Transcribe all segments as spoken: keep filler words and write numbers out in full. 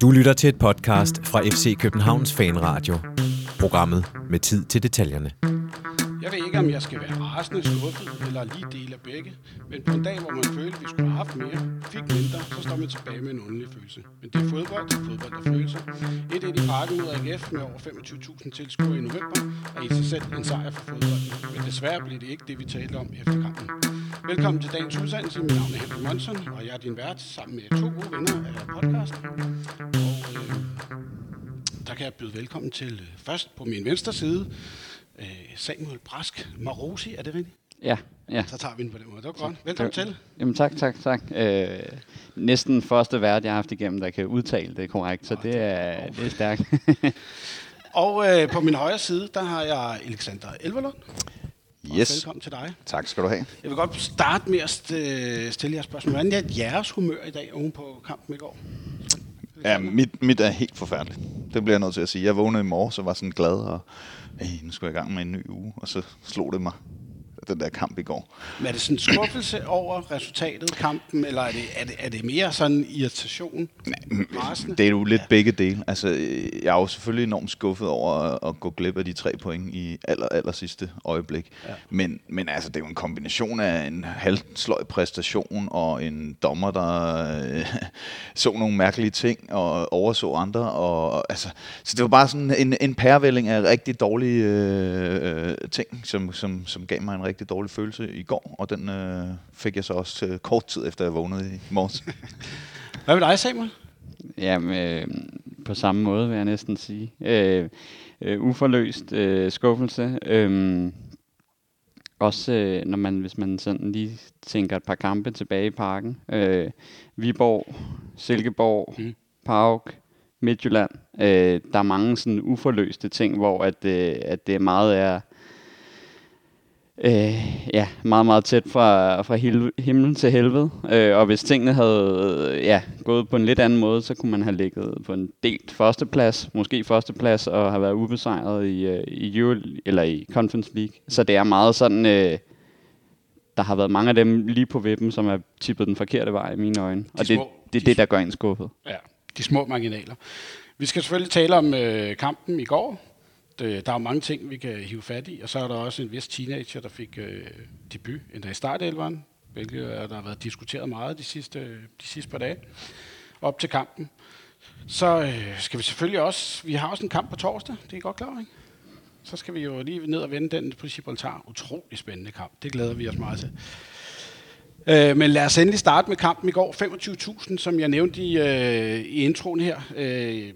Du lytter til et podcast fra F C Københavns Fanradio. Programmet med tid til detaljerne. Jeg ved ikke, om jeg skal være rasende, skuffet eller lige dele af begge. Men på en dag, hvor man følte, at vi skulle have haft mere, fik mindre, så står man tilbage med en underlig følelse. Men det er fodbold, det er fodbold, der følelser. et et i parken mod A G F med over femogtyve tusind tilskuere i november er i sig selv en sejr for fodbolden. Men desværre blev det ikke det, vi talte om efter kampen. Velkommen til dagens udsendelse. Mit navn er Henrik Monson, og jeg er din vært sammen med to gode venner af podcasten. Og øh, der kan jeg byde velkommen til øh, først på min venstre side, øh, Samuel Brask Marosi, er det rigtigt? Ja, ja. Så tager vi den på den måde. Det var godt. Velkommen tak. til. Jamen tak, tak, tak. Øh, næsten første vært, jeg har haft igennem, der kan udtale det korrekt, så det er, det er stærkt. Og øh, på min højre side, der har jeg Alexander Elverlund. Yes. Velkommen til dig. Tak skal du have. Jeg vil godt starte med at st- stille jer spørgsmål. Hvordan er jeres humør i dag oven på kampen i går? Ja, mit, mit er helt forfærdeligt. Det bliver jeg nødt til at sige. Jeg vågnede i morges og var sådan glad, og hey, nu skulle jeg i gang med en ny uge, og så slog det mig, den der kamp i går. Men er det sådan en skuffelse over resultatet, kampen, eller er det, er det, er det mere sådan irritation? Nej, det er jo lidt ja. begge dele. Altså, jeg er jo selvfølgelig enormt skuffet over at, at gå glip af de tre point i aller, aller sidste øjeblik. Ja. Men, men altså, det er jo en kombination af en halvsløj præstation og en dommer, der øh, så nogle mærkelige ting og overså andre. Og, altså, så det var bare sådan en, en pærevælling af rigtig dårlige øh, ting, som, som, som gav mig en rigtig rigtig dårlig følelse i går, og den øh, fik jeg så også øh, kort tid efter jeg vågnede i morges. Hvad med dig, Samuel? Jamen, øh, på samme måde vil jeg næsten sige. Øh, øh, uforløst øh, skuffelse. Øh, også øh, når man, hvis man sådan lige tænker et par kampe tilbage i parken. Øh, Viborg, Silkeborg, mm. Pauk, Midtjylland. Øh, der er mange sådan uforløste ting, hvor at, øh, at det meget er Øh, ja, meget, meget tæt fra, fra hil- himlen til helvede. Øh, og hvis tingene havde ja, gået på en lidt anden måde, så kunne man have ligget på en delt førsteplads, måske førsteplads, og have været ubesejret i, øh, i Euro, eller i Conference League. Så det er meget sådan, øh, der har været mange af dem lige på vippen, som er tippet den forkerte vej i mine øjne. De og det er det, det, der gør en skuffet. Ja, de små marginaler. Vi skal selvfølgelig tale om øh, kampen i går. Der er mange ting, vi kan hive fat i, og så er der også en vis teenager, der fik øh, debut endda i startelveren, hvilket der har været diskuteret meget de sidste, de sidste par dage op til kampen. Så øh, skal vi selvfølgelig også, vi har også en kamp på torsdag, det er I godt klar, ikke? Så skal vi jo lige ned og vende den på Gibraltar. Utrolig spændende kamp, det glæder vi os meget til. Øh, men lad os endelig starte med kampen i går. femogtyve tusind, som jeg nævnte i, øh, i introen her. Øh,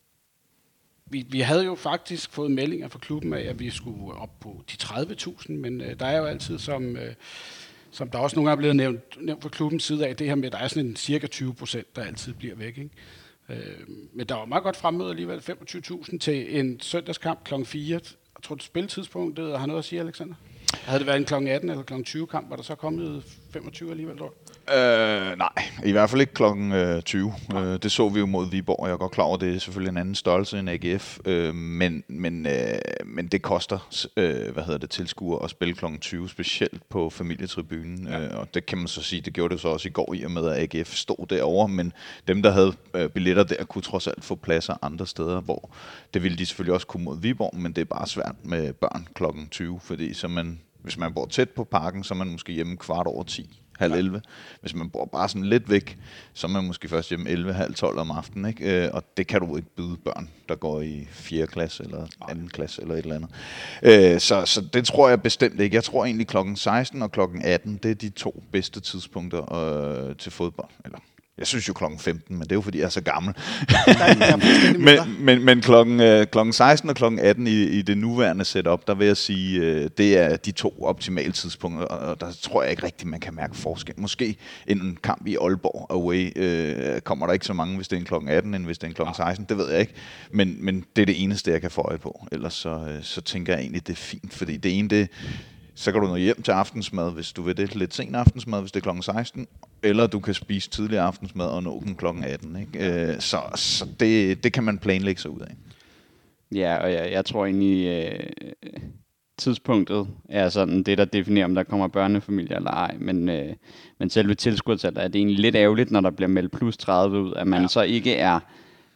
Vi, vi havde jo faktisk fået meldinger fra klubben af, at vi skulle op på de tredive tusind, men øh, der er jo altid, som, øh, som der også nogle gange er blevet nævnt, nævnt fra klubbens side af, det her med, at der er sådan en cirka tyve procent, der altid bliver væk. Ikke? Øh, men der var meget godt fremmøde alligevel, femogtyve tusind til en søndagskamp klokken fire. Jeg tror, det spilletidspunktet har noget at sige, Alexander? Havde det været en klokken atten eller klokken tyve kamp, var der så kommet femogtyve alligevel, tror Øh, nej, i hvert fald ikke klokken øh, tyve. Øh, det så vi jo mod Viborg, og jeg er godt klar over, at det er selvfølgelig en anden størrelse end A G F, øh, men, men, øh, men det koster øh, hvad hedder det, tilskuere at spille klokken tyve, specielt på familietribunen, ja. øh, og det kan man så sige, det gjorde det så også i går, i og med at A G F stod derovre, men dem, der havde øh, billetter der, kunne trods alt få pladser andre steder, hvor det ville de selvfølgelig også kunne mod Viborg, men det er bare svært med børn klokken tyve, fordi så man, hvis man bor tæt på parken, så er man måske hjemme kvart over ti. halv elleve. Hvis man bor bare sådan lidt væk, så er man måske først hjemme elleve, halv tolv om aftenen, ikke? Øh, og det kan du ikke byde børn, der går i fjerde klasse eller anden klasse eller et eller andet. Øh, så, så det tror jeg bestemt ikke. Jeg tror egentlig klokken seksten og klokken atten, det er de to bedste tidspunkter øh, til fodbold. Eller jeg synes jo klokken femten, men det er jo fordi jeg er så gammel. men men, men klokken, øh, klokken seksten og klokken atten i, i det nuværende setup, der vil jeg sige, øh, det er de to optimale tidspunkter, og der tror jeg ikke rigtigt, man kan mærke forskel. Måske en kamp i Aalborg away øh, kommer der ikke så mange, hvis det er en klokken atten, end hvis det er en klokken seksten. Det ved jeg ikke, men, men det er det eneste, jeg kan få øje på. Ellers så, øh, så tænker jeg egentlig, det er fint, fordi det ene, det så kan du nå hjem til aftensmad, hvis du vil det. Lidt sen aftensmad, hvis det er klokken seksten. Eller du kan spise tidlig aftensmad og nå den klokken atten. Ikke? Så, så det, det kan man planlægge sig ud af. Ja, og jeg, jeg tror egentlig, øh, tidspunktet er sådan det, der definerer, om der kommer børnefamilier eller ej. Men, øh, men selve tilskudsalder er det egentlig lidt ærgerligt, når der bliver meldt plus tredive ud, at man ja. så ikke er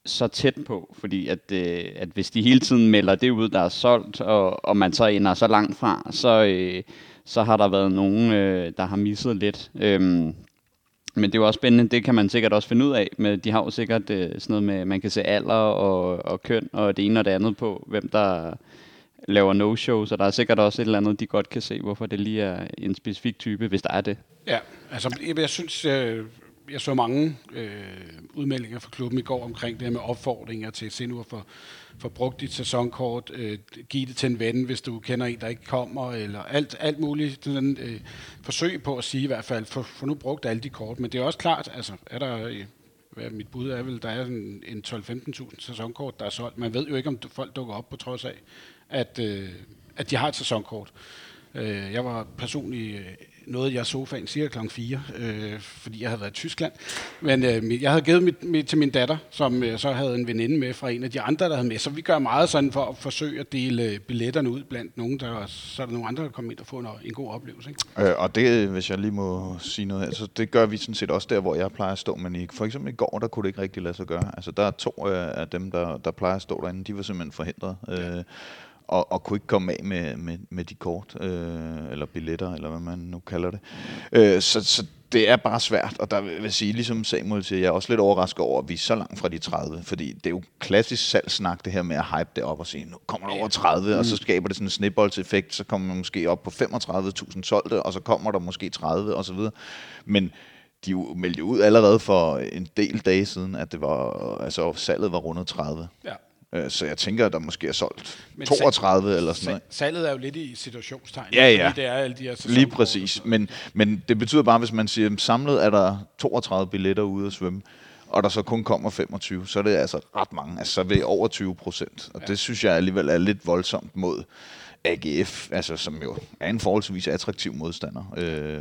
så tæt på, fordi at, øh, at hvis de hele tiden melder det ud, der er solgt, og, og man så ender så langt fra, så, øh, så har der været nogen, øh, der har misset lidt. Øhm, men det er jo også spændende, det kan man sikkert også finde ud af, men de har jo sikkert øh, sådan noget med, man kan se alder og, og køn og det ene og det andet på, hvem der laver no-shows, og der er sikkert også et eller andet, de godt kan se, hvorfor det lige er en specifik type, hvis der er det. Ja, altså jeg, jeg synes, jeg, jeg så mange øh, udmeldinger fra klubben i går omkring det her med opfordringer til, se nu at få, få brugt dit sæsonkort, øh, give det til en ven, hvis du kender en, der ikke kommer, eller alt, alt muligt. Sådan, øh, forsøg på at sige i hvert fald, for, for nu brugt alle de kort, men det er også klart, altså er der... Øh, hvad mit bud er vel, der er en, en tolv til femten tusind sæsonkort, der er solgt. Man ved jo ikke, om folk dukker op på trods af, at, øh, at de har et sæsonkort. Øh, jeg var personligt øh, noget, jeg sofaen cirka klokken fire, øh, fordi jeg havde været i Tyskland. Men øh, jeg havde givet mit, mit til min datter, som øh, så havde en veninde med fra en af de andre, der havde med. Så vi gør meget sådan for at forsøge at dele billetterne ud blandt nogen, der så er der nogle andre, der kommer ind og får en, en god oplevelse. Ikke? Øh, og det, hvis jeg lige må sige noget her, så det gør vi sådan set også der, hvor jeg plejer at stå. Men i, for eksempel i går, der kunne det ikke rigtig lade sig gøre. Altså der er to øh, af dem, der, der plejer at stå derinde, de var simpelthen forhindret. Øh, Og, og kunne ikke komme af med, med, med de kort, øh, eller billetter, eller hvad man nu kalder det. Øh, så, så det er bare svært, og der vil jeg sige, ligesom Samuel siger, jeg er også lidt overrasket over, at vi er så langt fra de tredive, fordi det er jo klassisk salgssnak, det her med at hype det op og sige, nu kommer der over tredive, mm. og så skaber det sådan en snibboldseffekt, så kommer man måske op på femogtredive tusind solgte, og så kommer der måske tredive, og så videre. Men de meldte ud allerede for en del dage siden, at det var, altså salget var rundet tredive. Ja. Så jeg tænker, at der måske er solgt men toogtredive sal- eller sådan noget. Salget er jo lidt i situationstegn. Ja, ja. Det er alle de her lige præcis. Men, men det betyder bare, hvis man siger, at samlet er der toogtredive billetter ude at svømme, og der så kun kommer femogtyve, så er det altså ret mange. Altså så ved over tyve procent. Og ja. Det synes jeg alligevel er lidt voldsomt mod A G F, altså som jo er en forholdsvis attraktiv modstander. Øh,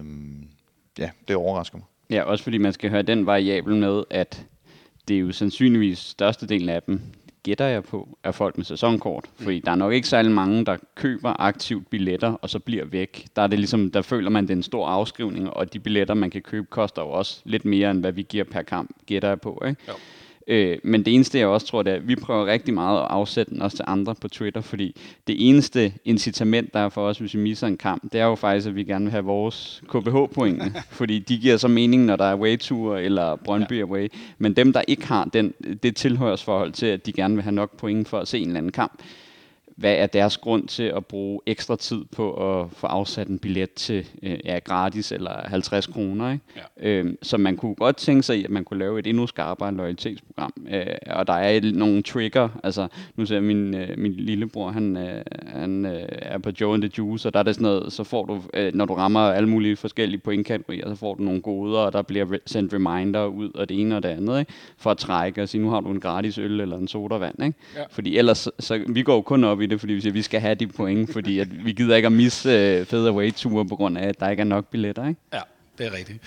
ja, det overrasker mig. Ja, også fordi man skal høre den variabel med, at det er jo sandsynligvis størstedelen af dem, gætter jeg på, er folk med sæsonkort. Fordi der er nok ikke særlig mange, der køber aktivt billetter, og så bliver væk. Der er det ligesom, der føler man, det er en stor afskrivning, og de billetter, man kan købe, koster jo også lidt mere, end hvad vi giver per kamp, gætter jeg på, ikke? Jo. Øh, men det eneste, jeg også tror, det er, at vi prøver rigtig meget at afsætte den også til andre på Twitter, fordi det eneste incitament, der er for os, hvis vi misser en kamp, det er jo faktisk, at vi gerne vil have vores K B H-pointe, fordi de giver så mening, når der er away-tour eller Brøndby ja. Away. Men dem, der ikke har den, det tilhørsforhold til, at de gerne vil have nok point for at se en eller anden kamp, hvad er deres grund til at bruge ekstra tid på at få afsat en billet til øh, ja, gratis eller halvtreds kroner, ikke? Ja. Øhm, så man kunne godt tænke sig, at man kunne lave et endnu skarpere loyalitetsprogram. Øh, og der er nogle trigger, altså nu ser min, øh, min lillebror, han, øh, han øh, er på Joe and the Juice, og der er det sådan noget, så får du, øh, når du rammer alle mulige forskellige pointkategorier, så får du nogle goder, og der bliver re- sendt reminder ud, og det ene og det andet, ikke? For at trække og sige, nu har du en gratis øl eller en sodavand, ikke? Ja. Fordi ellers, så, så vi går jo kun op i det, fordi vi siger, at vi skal have de point, fordi at vi gider ikke at misse øh, fede away-ture på grund af, at der ikke er nok billetter, ikke? Ja, det er rigtigt.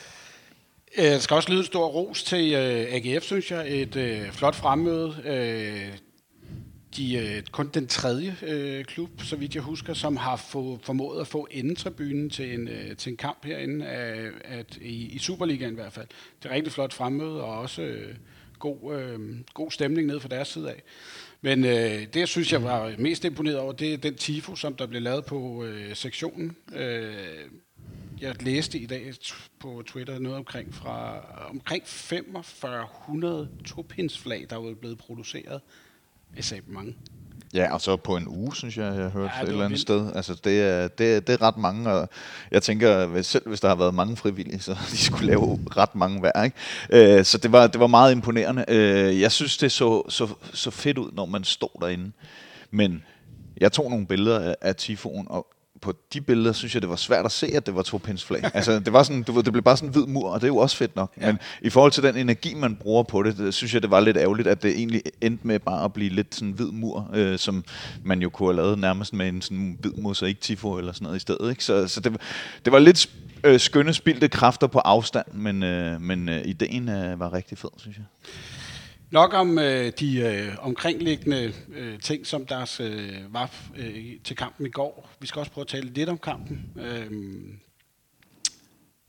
Der skal også lyde en stor ros til øh, A G F, synes jeg. Et øh, flot fremmøde. Øh, de er øh, kun den tredje øh, klub, så vidt jeg husker, som har få, formået at få endetribunen til en, øh, til en kamp herinde, af, at, i, i Superligaen i hvert fald. Det er rigtig flot fremmøde, og også øh, god, øh, god stemning ned fra deres side af. Men øh, det, jeg synes, jeg var mest imponeret over, det er den tifo, som der blev lavet på øh, sektionen. Øh, jeg læste i dag på Twitter noget omkring fra omkring fyrre hundrede topinsflag, der var blevet produceret. Jeg sagde mange. Ja, og så på en uge, synes jeg, jeg har hørt ja, et eller andet vildt. sted. Altså, det er, det, er, det er ret mange, og jeg tænker, selv hvis der har været mange frivillige, så de skulle lave ret mange hver, ikke? Øh, så det var, det var meget imponerende. Øh, jeg synes, det så, så, så fedt ud, når man står derinde. Men jeg tog nogle billeder af, af tifoen, og på de billeder synes jeg, det var svært at se, at det var topinsflag. Altså, det var sådan, du ved, det blev bare sådan en hvid mur, og det er jo også fedt nok. Ja. Men i forhold til den energi, man bruger på det, det, synes jeg, det var lidt ærgerligt, at det egentlig endte med bare at blive lidt sådan en hvid mur, øh, som man jo kunne have lavet nærmest med en sådan hvid mosaik-tifo eller sådan noget i stedet, ikke? Så, så det, det var lidt øh, skønne spildte kræfter på afstand, men, øh, men øh, ideen øh, var rigtig fed, synes jeg. Nok om øh, de øh, omkringliggende øh, ting, som der øh, var øh, til kampen i går. Vi skal også prøve at tale lidt om kampen. Øh,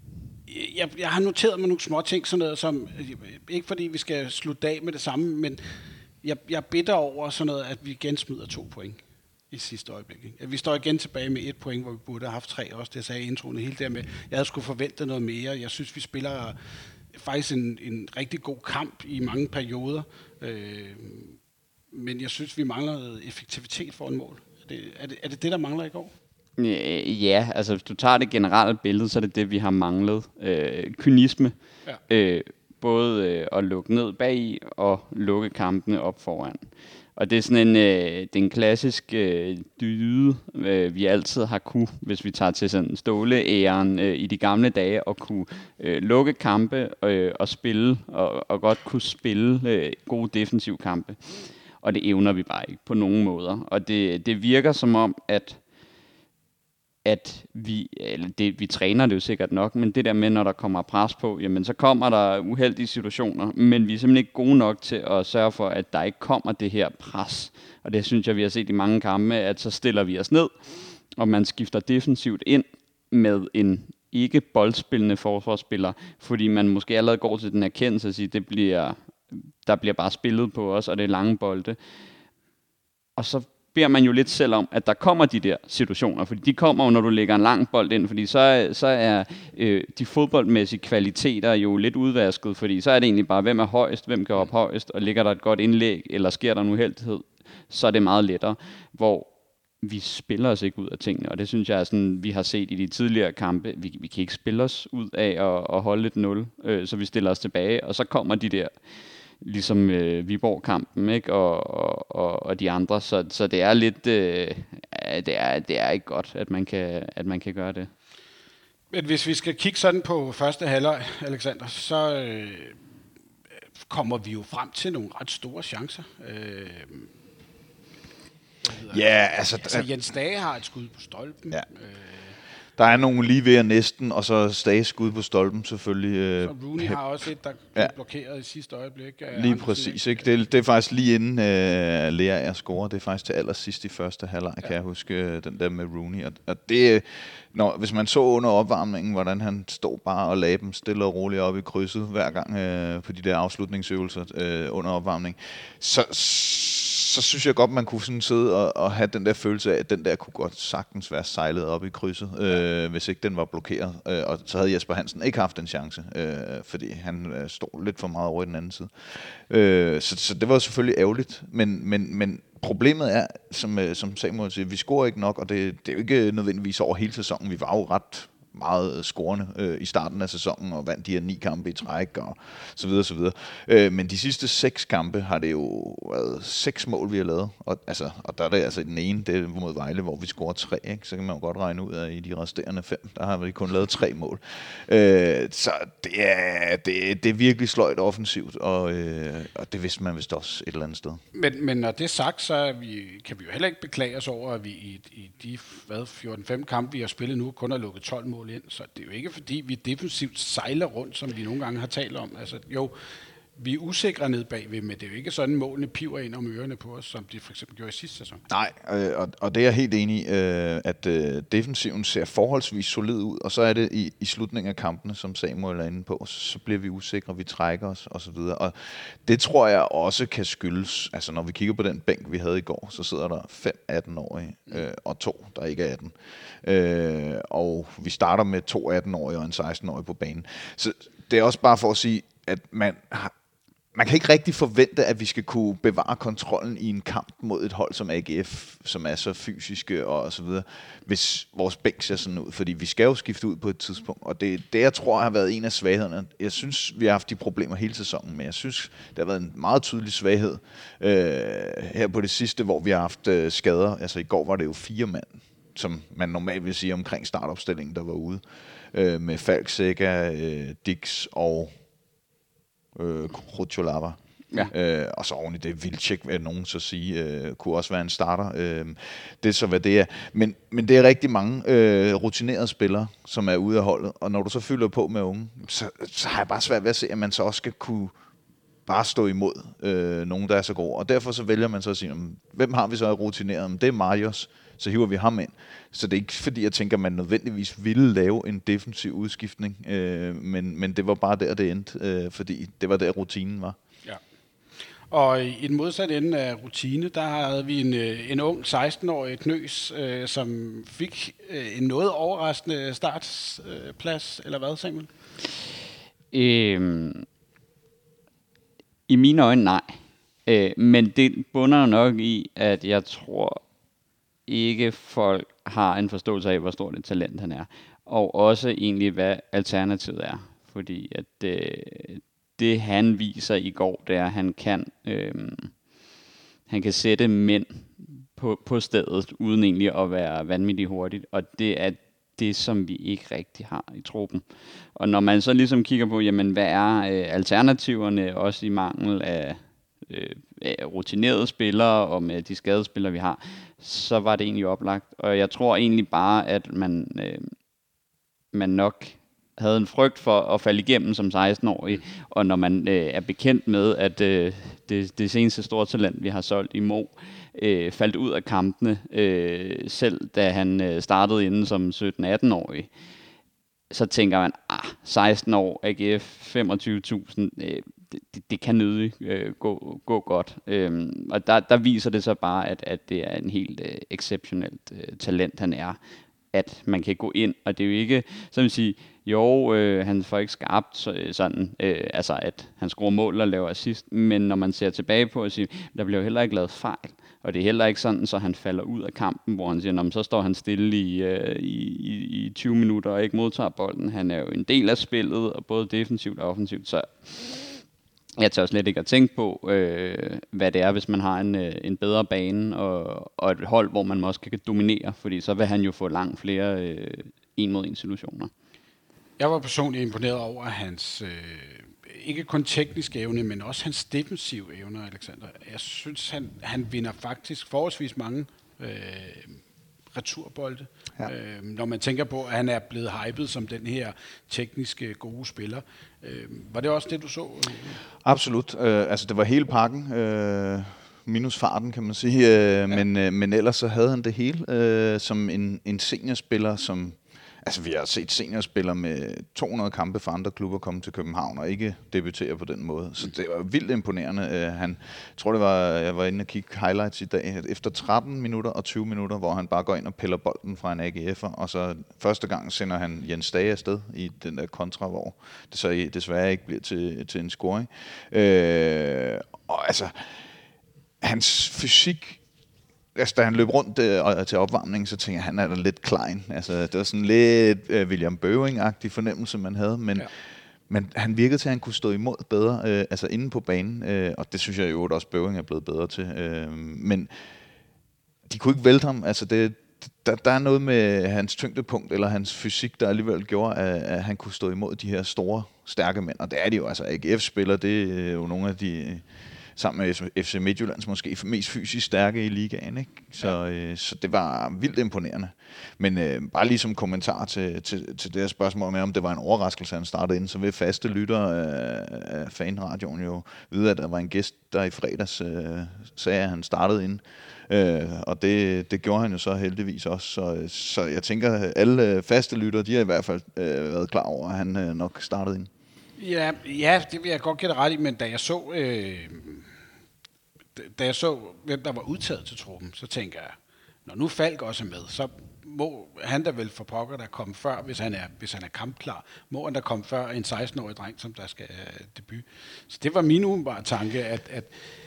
Jeg, jeg har noteret mig nogle små ting, sådan noget som, ikke fordi vi skal slutte af med det samme, men jeg, jeg bitter over sådan noget, at vi igen smider to point i sidste øjeblik. Ikke? Vi står igen tilbage med et point, hvor vi burde have haft tre også. Det sagde jeg i introen hele der med. Jeg havde sgu forventet noget mere. Jeg synes, vi spiller faktisk en, en rigtig god kamp i mange perioder. Øh, men jeg synes, vi mangler noget effektivitet for en mål. Er det, er det er det, det, der mangler i går? Ja, altså hvis du tager det generelle billede, så er det det, vi har manglet. Øh, kynisme. Ja. Øh, både øh, at lukke ned bag og lukke kampene op foran. Og det er sådan en, øh, det er en klassisk øh, dyde, øh, vi altid har kunne, hvis vi tager til sådan Ståle-æren øh, i de gamle dage, og kunne øh, lukke kampe øh, og spille, og, og godt kunne spille øh, gode defensive kampe. Og det evner vi bare ikke på nogen måder. Og det, det virker som om, at at vi, eller det, vi træner det jo sikkert nok, men det der med, når der kommer pres på, jamen så kommer der uheldige situationer, men vi er simpelthen ikke gode nok til at sørge for, at der ikke kommer det her pres. Og det synes jeg, vi har set i mange kampe, at så stiller vi os ned, og man skifter defensivt ind med en ikke boldspillende forsvarsspiller, fordi man måske allerede går til den erkendelse og siger, det bliver, der bliver bare spillet på os, og det er lange bolde. Og så beder man jo lidt selv om, at der kommer de der situationer, fordi de kommer jo, når du lægger en lang bold ind, fordi så er, så er øh, de fodboldmæssige kvaliteter jo lidt udvasket, fordi så er det egentlig bare, hvem er højest, hvem kan op højest, og ligger der et godt indlæg, eller sker der en uheldighed, så er det meget lettere, hvor vi spiller os ikke ud af tingene, og det synes jeg er sådan, vi har set i de tidligere kampe, vi, vi kan ikke spille os ud af at, at holde et nul, øh, så vi stiller os tilbage, og så kommer de der ligesom øh, Viborg-kampen, ikke? Og, og, og de andre, så, så det er lidt, øh, det, er, det er ikke godt, at man kan, at man kan gøre det. Men hvis vi skal kigge sådan på første halvleg, Alexander, så øh, kommer vi jo frem til nogle ret store chancer. Øh, ja, altså, altså Jens Dage har et skud på stolpen. Ja. Øh, Der er nogen lige ved næsten, og så Stage skud på stolpen selvfølgelig. Så Rooney har også et, der blev ja. blokeret i sidste øjeblik. Lige præcis. Ikke? Det, det er faktisk lige inden uh, Lea er scorer. Det er faktisk til allersidst i første halvleg, ja. Kan jeg huske, den der med Rooney. Og, og det, når, hvis man så under opvarmningen, hvordan han stod bare og lagde dem stille og roligt op i krydset hver gang uh, på de der afslutningsøvelser uh, under opvarmning, så så synes jeg godt, man kunne sådan sidde og, og have den der følelse af, at den der kunne godt sagtens være sejlet op i krydset, øh, hvis ikke den var blokeret. Øh, og så havde Jesper Hansen ikke haft en chance, øh, fordi han øh, stod lidt for meget over i den anden side. Øh, så, så det var selvfølgelig ærgerligt, men, men, men problemet er, som, øh, som Samuel siger, vi scorer ikke nok, og det, det er jo ikke nødvendigvis over hele sæsonen. Vi var jo ret meget scorende øh, i starten af sæsonen, og vandt de her ni kampe i træk, og så videre, så videre. Øh, men de sidste seks kampe har det jo været seks mål, vi har lavet, og, altså, og der er det altså den ene, det er mod Vejle, hvor vi scorer tre, ikke? Så kan man jo godt regne ud, at i de resterende fem, der har vi kun lavet tre mål. Øh, så det er, det, det er virkelig sløjt offensivt, og, øh, og det vidste man vist også et eller andet sted. Men, men når det er sagt, så er vi, kan vi jo heller ikke beklage os over, at vi i, i de fjorten fem kampe, vi har spillet nu, kun har lukket tolv mål ind, så det er jo ikke fordi, vi defensivt sejler rundt, som vi nogle gange har talt om. Altså jo, vi er usikre ned bagved, men det er jo ikke sådan, målene piver ind om ørerne på os, som de for eksempel gjorde i sidste sæson. Nej, øh, og, og det er jeg helt enig i, øh, at øh, defensiven ser forholdsvis solid ud, og så er det i, i slutningen af kampene, som Samuel er inde på, så bliver vi usikre, vi trækker os og så videre. Og det tror jeg også kan skyldes, altså når vi kigger på den bænk, vi havde i går, så sidder der fem atten-årige øh, og to, der ikke er atten. Øh, og vi starter med to atten-årige og en seksten-årig på banen. Så det er også bare for at sige, at man har Man kan ikke rigtig forvente, at vi skal kunne bevare kontrollen i en kamp mod et hold som A G F, som er så fysiske og så videre, hvis vores bænk ser sådan ud. Fordi vi skal jo skifte ud på et tidspunkt, og det, det jeg tror har været en af svaghederne. Jeg synes, vi har haft de problemer hele sæsonen, men jeg synes, der har været en meget tydelig svaghed øh, her på det sidste, hvor vi har haft øh, skader. Altså i går var det jo fire mand, som man normalt vil sige omkring startopstillingen, der var ude. Øh, med Falk, Sækker, øh, Dix og Øh, Krutjolava. Ja. Øh, og så oven i det Vilcek, vil nogen så sige, øh, kunne også være en starter. Øh, det er så, hvad det er. Men, men det er rigtig mange øh, rutinerede spillere, som er ude af holdet, og når du så fylder på med unge, så, så har jeg bare svært ved at se, at man så også skal kunne bare stå imod øh, nogen, der er så gode. Og derfor så vælger man så at sige, hvem har vi så rutineret? Det er Marius, så hiver vi ham ind. Så det er ikke fordi, jeg tænker, at man nødvendigvis ville lave en defensiv udskiftning, øh, men, men det var bare der, det endte, øh, fordi det var der, rutinen var. Ja. Og i den modsatte ende af rutine, der havde vi en, en ung seksten-årig Knøs, øh, som fik øh, en noget overraskende startplads, øh, eller hvad, Samuel? Øhm, I mine øjne, nej. Øh, men det bunder nok i, at jeg tror ikke folk har en forståelse af, hvor stort et talent han er. Og også egentlig, hvad alternativet er. Fordi at øh, det han viser i går, det er, at han kan, øh, han kan sætte mænd på, på stedet, uden egentlig at være vanvittigt hurtigt. Og det er det, som vi ikke rigtig har i truppen. Og når man så ligesom kigger på, jamen, hvad er øh, alternativerne, også i mangel af, øh, af rutinerede spillere, og med de skadespillere, vi har, så var det egentlig oplagt. Og jeg tror egentlig bare, at man, øh, man nok havde en frygt for at falde igennem som seksten-årig, og når man øh, er bekendt med, at øh, det, det seneste store talent, vi har solgt i Mo, øh, faldt ud af kampene, øh, selv da han øh, startede inden som sytten-atten-årig, så tænker man, ah, seksten år, A G F, femogtyve tusind, øh, det, det kan nødig øh, gå, gå godt. Øhm, og der, der viser det så bare, at, at det er en helt øh, exceptionelt øh, talent, han er, at man kan gå ind, og det er jo ikke, som at sige, jo, øh, han får ikke skabt sådan, øh, altså at han scorer mål og laver assist, men når man ser tilbage på og siger, der bliver jo heller ikke lavet fejl, og det er heller ikke sådan, så han falder ud af kampen, hvor han siger, så står han stille i, øh, i, i tyve minutter og ikke modtager bolden. Han er jo en del af spillet, og både defensivt og offensivt, så jeg tør slet ikke at tænke på, øh, hvad det er, hvis man har en, øh, en bedre bane og, og et hold, hvor man også kan dominere, fordi så vil han jo få langt flere øh, en mod en situationer. Jeg var personligt imponeret over hans, øh, ikke kun tekniske evne, men også hans defensive evner, Alexander. Jeg synes, han, han vinder faktisk forholdsvis mange øh, returbolde. Ja. Øh, når man tænker på, at han er blevet hypet som den her tekniske gode spiller. Øh, var det også det, du så? Absolut. Øh, altså, det var hele pakken. Øh minus farten, kan man sige. Øh, ja. men, øh, men ellers så havde han det hele øh, som en, en seniorspiller, som... Altså, vi har set seniorspillere med to hundrede kampe for andre klubber komme til København og ikke debutere på den måde. Så det var vildt imponerende. Uh, han, jeg tror, det var, jeg var inde og kigge highlights i dag. Efter tretten minutter og tyve minutter, hvor han bare går ind og piller bolden fra en A G F'er, og så første gang sender han Jens Dage afsted i den der kontra, hvor det så desværre ikke bliver til, til en scoring. Uh, og altså, hans fysik... Altså, da han løb rundt øh, til opvarmning, så tænkte jeg, han er da lidt klein. Altså, det var sådan lidt øh, William Bøving-agtig fornemmelse, man havde. Men, ja. men han virkede til, at han kunne stå imod bedre, øh, altså inde på banen. Øh, og det synes jeg jo også, Bøving er blevet bedre til. Øh, men de kunne ikke vælte ham. Altså, det, der, der er noget med hans tyngdepunkt, eller hans fysik, der alligevel gjorde, at, at han kunne stå imod de her store, stærke mænd. Og det er de jo. Altså, A G F-spillere, det er jo nogle af de... sammen med F C Midtjyllands måske mest fysisk stærke i ligaen, ikke? Så, ja. øh, så det var vildt imponerende. Men øh, bare lige som kommentar til, til, til det her spørgsmål med, om det var en overraskelse, han startede ind, så vil faste lyttere af, af fanradioen jo vide, at der var en gæst, der i fredags øh, sagde, at han startede ind. Øh, og det, det gjorde han jo så heldigvis også. Så, så jeg tænker, at alle faste lyttere, de har i hvert fald øh, været klar over, at han øh, nok startede ind. Ja, ja, det vil jeg godt give dig ret i, men da jeg så, øh, da jeg så, hvem der var udtaget til truppen, så tænker jeg, når nu Falk også er med, så må han da vel for pokker, der komme før, hvis han er, hvis han er kampklar, må han da komme før en seksten-årig dreng, som der skal have debut. Så det var min umiddelbare tanke, at, at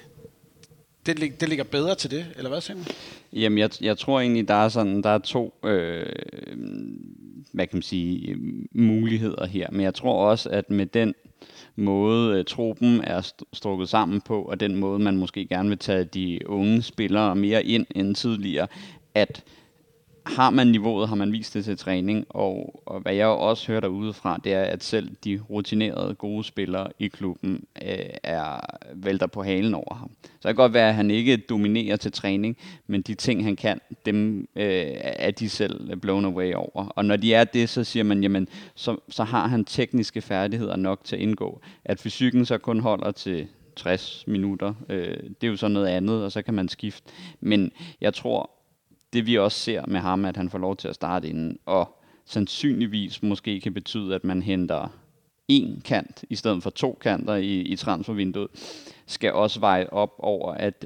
det, det ligger bedre til det, eller hvad, Simon? Jamen, jeg, jeg tror egentlig, der er sådan, der er to, øh, hvad kan man sige, muligheder her. Men jeg tror også, at med den måde, øh, truppen er strukket sammen på, og den måde, man måske gerne vil tage de unge spillere mere ind end tidligere, at har man niveauet, har man vist det til træning, og, og hvad jeg også hører derudefra, det er, at selv de rutinerede, gode spillere i klubben øh, er vælter på halen over ham. Så det kan godt være, at han ikke dominerer til træning, men de ting, han kan, dem øh, er de selv blown away over. Og når de er det, så siger man, jamen, så, så har han tekniske færdigheder nok til at indgå. At fysikken så kun holder til tres minutter. Øh, det er jo så noget andet, og så kan man skifte. Men jeg tror, det vi også ser med ham, at han får lov til at starte inden, og sandsynligvis måske kan betyde, at man henter en kant i stedet for to kanter i, i transfervinduet, skal også veje op over, at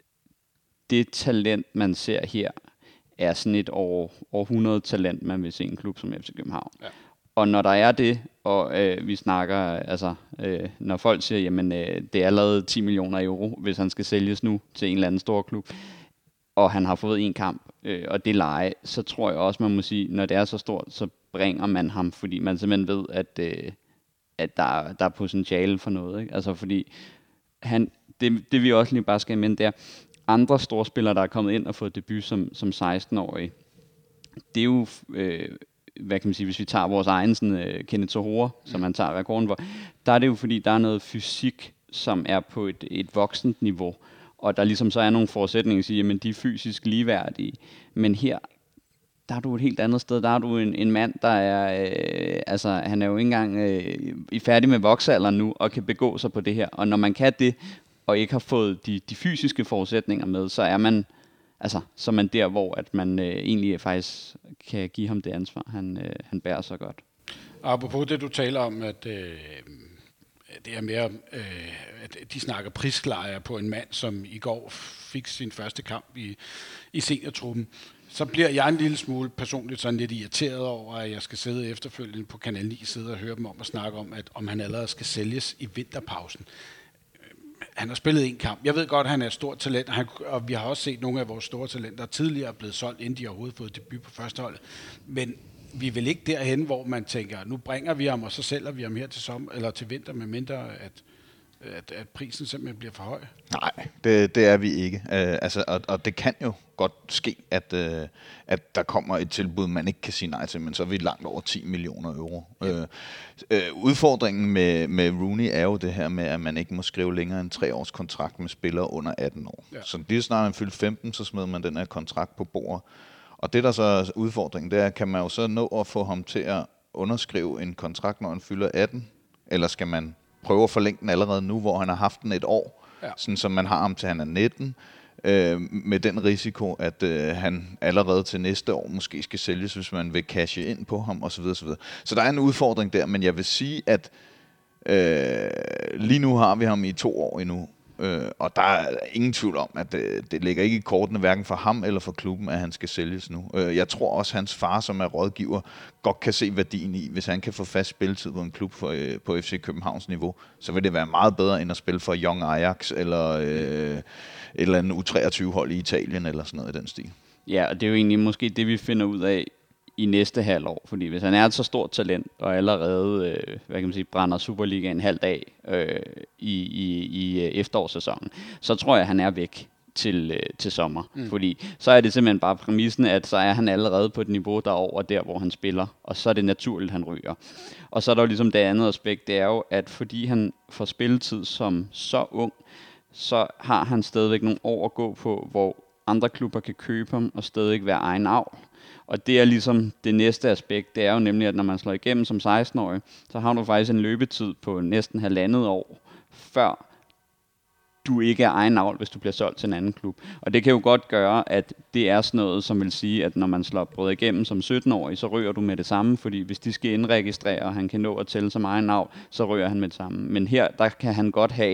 det talent, man ser her, er sådan et år, århundrede talent, man vil se en klub som F C København. Ja. Og når der er det, og øh, vi snakker, altså, øh, når folk siger, jamen øh, det er allerede ti millioner euro, hvis han skal sælges nu til en eller anden stor klub, og han har fået en kamp, øh, og det leje, så tror jeg også, man må sige, når det er så stort, så bringer man ham, fordi man simpelthen ved, at, øh, at der, der er potentiale for noget. Ikke? Altså fordi, han, det, det vi også lige bare skal med, det er, andre store spillere, der er kommet ind og fået debut som, som seksten-årige, det er jo, øh, hvad kan man sige, hvis vi tager vores egen sådan, øh, Kenneth Tohore, som han tager rekorden for, der er det jo fordi, der er noget fysik, som er på et, et voksent niveau, og der ligesom så er nogle forudsætninger, at sige, jamen de er fysisk ligeværdige, men her, der er du et helt andet sted, der er du en, en mand, der er, øh, altså han er jo ikke engang øh, færdig med voksealderen nu, og kan begå sig på det her, og når man kan det, og ikke har fået de, de fysiske forudsætninger med, så er man, altså, så er man der, hvor at man øh, egentlig faktisk kan give ham det ansvar, han, øh, han bærer så godt. Apropos det, du taler om, at øh, det er mere, øh, at de snakker prislejer på en mand, som i går fik sin første kamp i, i seniortruppen, så bliver jeg en lille smule personligt sådan lidt irriteret over, at jeg skal sidde efterfølgende på Kanal ni sidde og høre dem om at snakke om, at om han allerede skal sælges i vinterpausen. Han har spillet en kamp. Jeg ved godt, at han er et stort talent, han, og vi har også set nogle af vores store talenter tidligere blevet solgt, inden de overhovedet fået debut på førsteholdet. Men vi er vel ikke derhen, hvor man tænker, nu bringer vi ham, og så sælger vi ham her til, sommer, eller til vinter, med mindre at, at, at prisen simpelthen bliver for høj. Nej, det, det er vi ikke. Uh, altså, og, og det kan jo godt ske, at, uh, at der kommer et tilbud, man ikke kan sige nej til, men så er vi langt over ti millioner euro. Ja. Uh, uh, udfordringen med, med Rooney er jo det her med, at man ikke må skrive længere end tre års kontrakt med spillere under atten år. Ja. Så lige snart han fyldt femten, så smider man den her kontrakt på bordet. Og det, der så er udfordringen, det er, kan man jo så nå at få ham til at underskrive en kontrakt, når han fylder atten, eller skal man prøve at forlænge den allerede nu, hvor han har haft den et år, ja. Sådan som man har ham til han er nitten, øh, med den risiko, at øh, han allerede til næste år måske skal sælges, hvis man vil cashe ind på ham, osv. osv. Så der er en udfordring der, men jeg vil sige, at øh, lige nu har vi ham i to år endnu, øh, og der er ingen tvivl om, at øh, det ligger ikke i kortene, hverken for ham eller for klubben, at han skal sælges nu. Øh, jeg tror også, at hans far, som er rådgiver, godt kan se værdien i, hvis han kan få fast spilletid på en klub for, øh, på F C Københavns niveau, så vil det være meget bedre, end at spille for Young Ajax, eller øh, et eller andet U treogtyve-hold i Italien, eller sådan noget i den stil. Ja, og det er jo egentlig måske det, vi finder ud af i næste halvår, fordi hvis han er et så stort talent, og allerede, øh, hvad kan man sige, brænder Superliga en halv dag øh, i, i, i efterårssæsonen, så tror jeg, at han er væk til, øh, til sommer. Mm. Fordi så er det simpelthen bare præmissen, at så er han allerede på et niveau, der er over der, hvor han spiller, og så er det naturligt, han ryger. Og så er der jo ligesom det andet aspekt, det er jo, at fordi han får spilletid som så ung, så har han stadigvæk nogle år at gå på, hvor andre klubber kan købe ham, og stadig være egen avl. Og det er ligesom det næste aspekt, det er jo nemlig, at når man slår igennem som seksten-årig, så har du faktisk en løbetid på næsten halvandet år, før du ikke er egen avl, hvis du bliver solgt til en anden klub. Og det kan jo godt gøre, at det er sådan noget, som vil sige, at når man slår brød igennem som sytten-årig, så ryger du med det samme, fordi hvis de skal indregistrere, og han kan nå at tælle som egen avl, så ryger han med det samme. Men her, der kan han godt have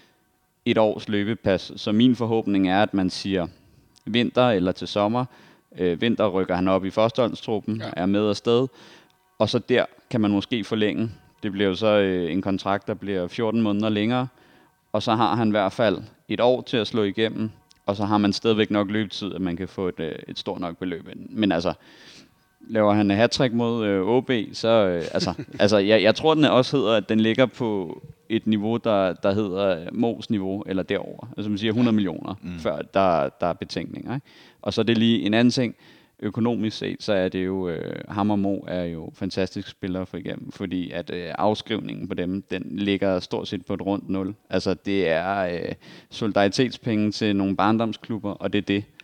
et års løbepas, så min forhåbning er, at man siger vinter eller til sommer. Øh, vinter rykker han op i førsteholdstruppen, ja. Er med afsted, og så der kan man måske forlænge. Det bliver jo så øh, en kontrakt, der bliver fjorten måneder længere, og så har han i hvert fald et år til at slå igennem, og så har man stadigvæk nok løbetid, at man kan få et, øh, et stort nok beløb ind. Men altså, laver han en hat-trick mod øh, O B, så øh, altså, altså jeg, jeg tror, den også hedder, at den ligger på et niveau, der, der hedder Mo's niveau, eller derover. Altså man siger hundrede millioner, mm. før der, der er betænkninger. Ikke? Og så er det lige en anden ting. Økonomisk set, så er det jo, øh, ham og Mo er jo fantastiske spillere for igennem, fordi at øh, afskrivningen på dem, den ligger stort set på et rundt nul. Altså det er øh, solidaritetspenge til nogle barndomsklubber, og det er det. Ja.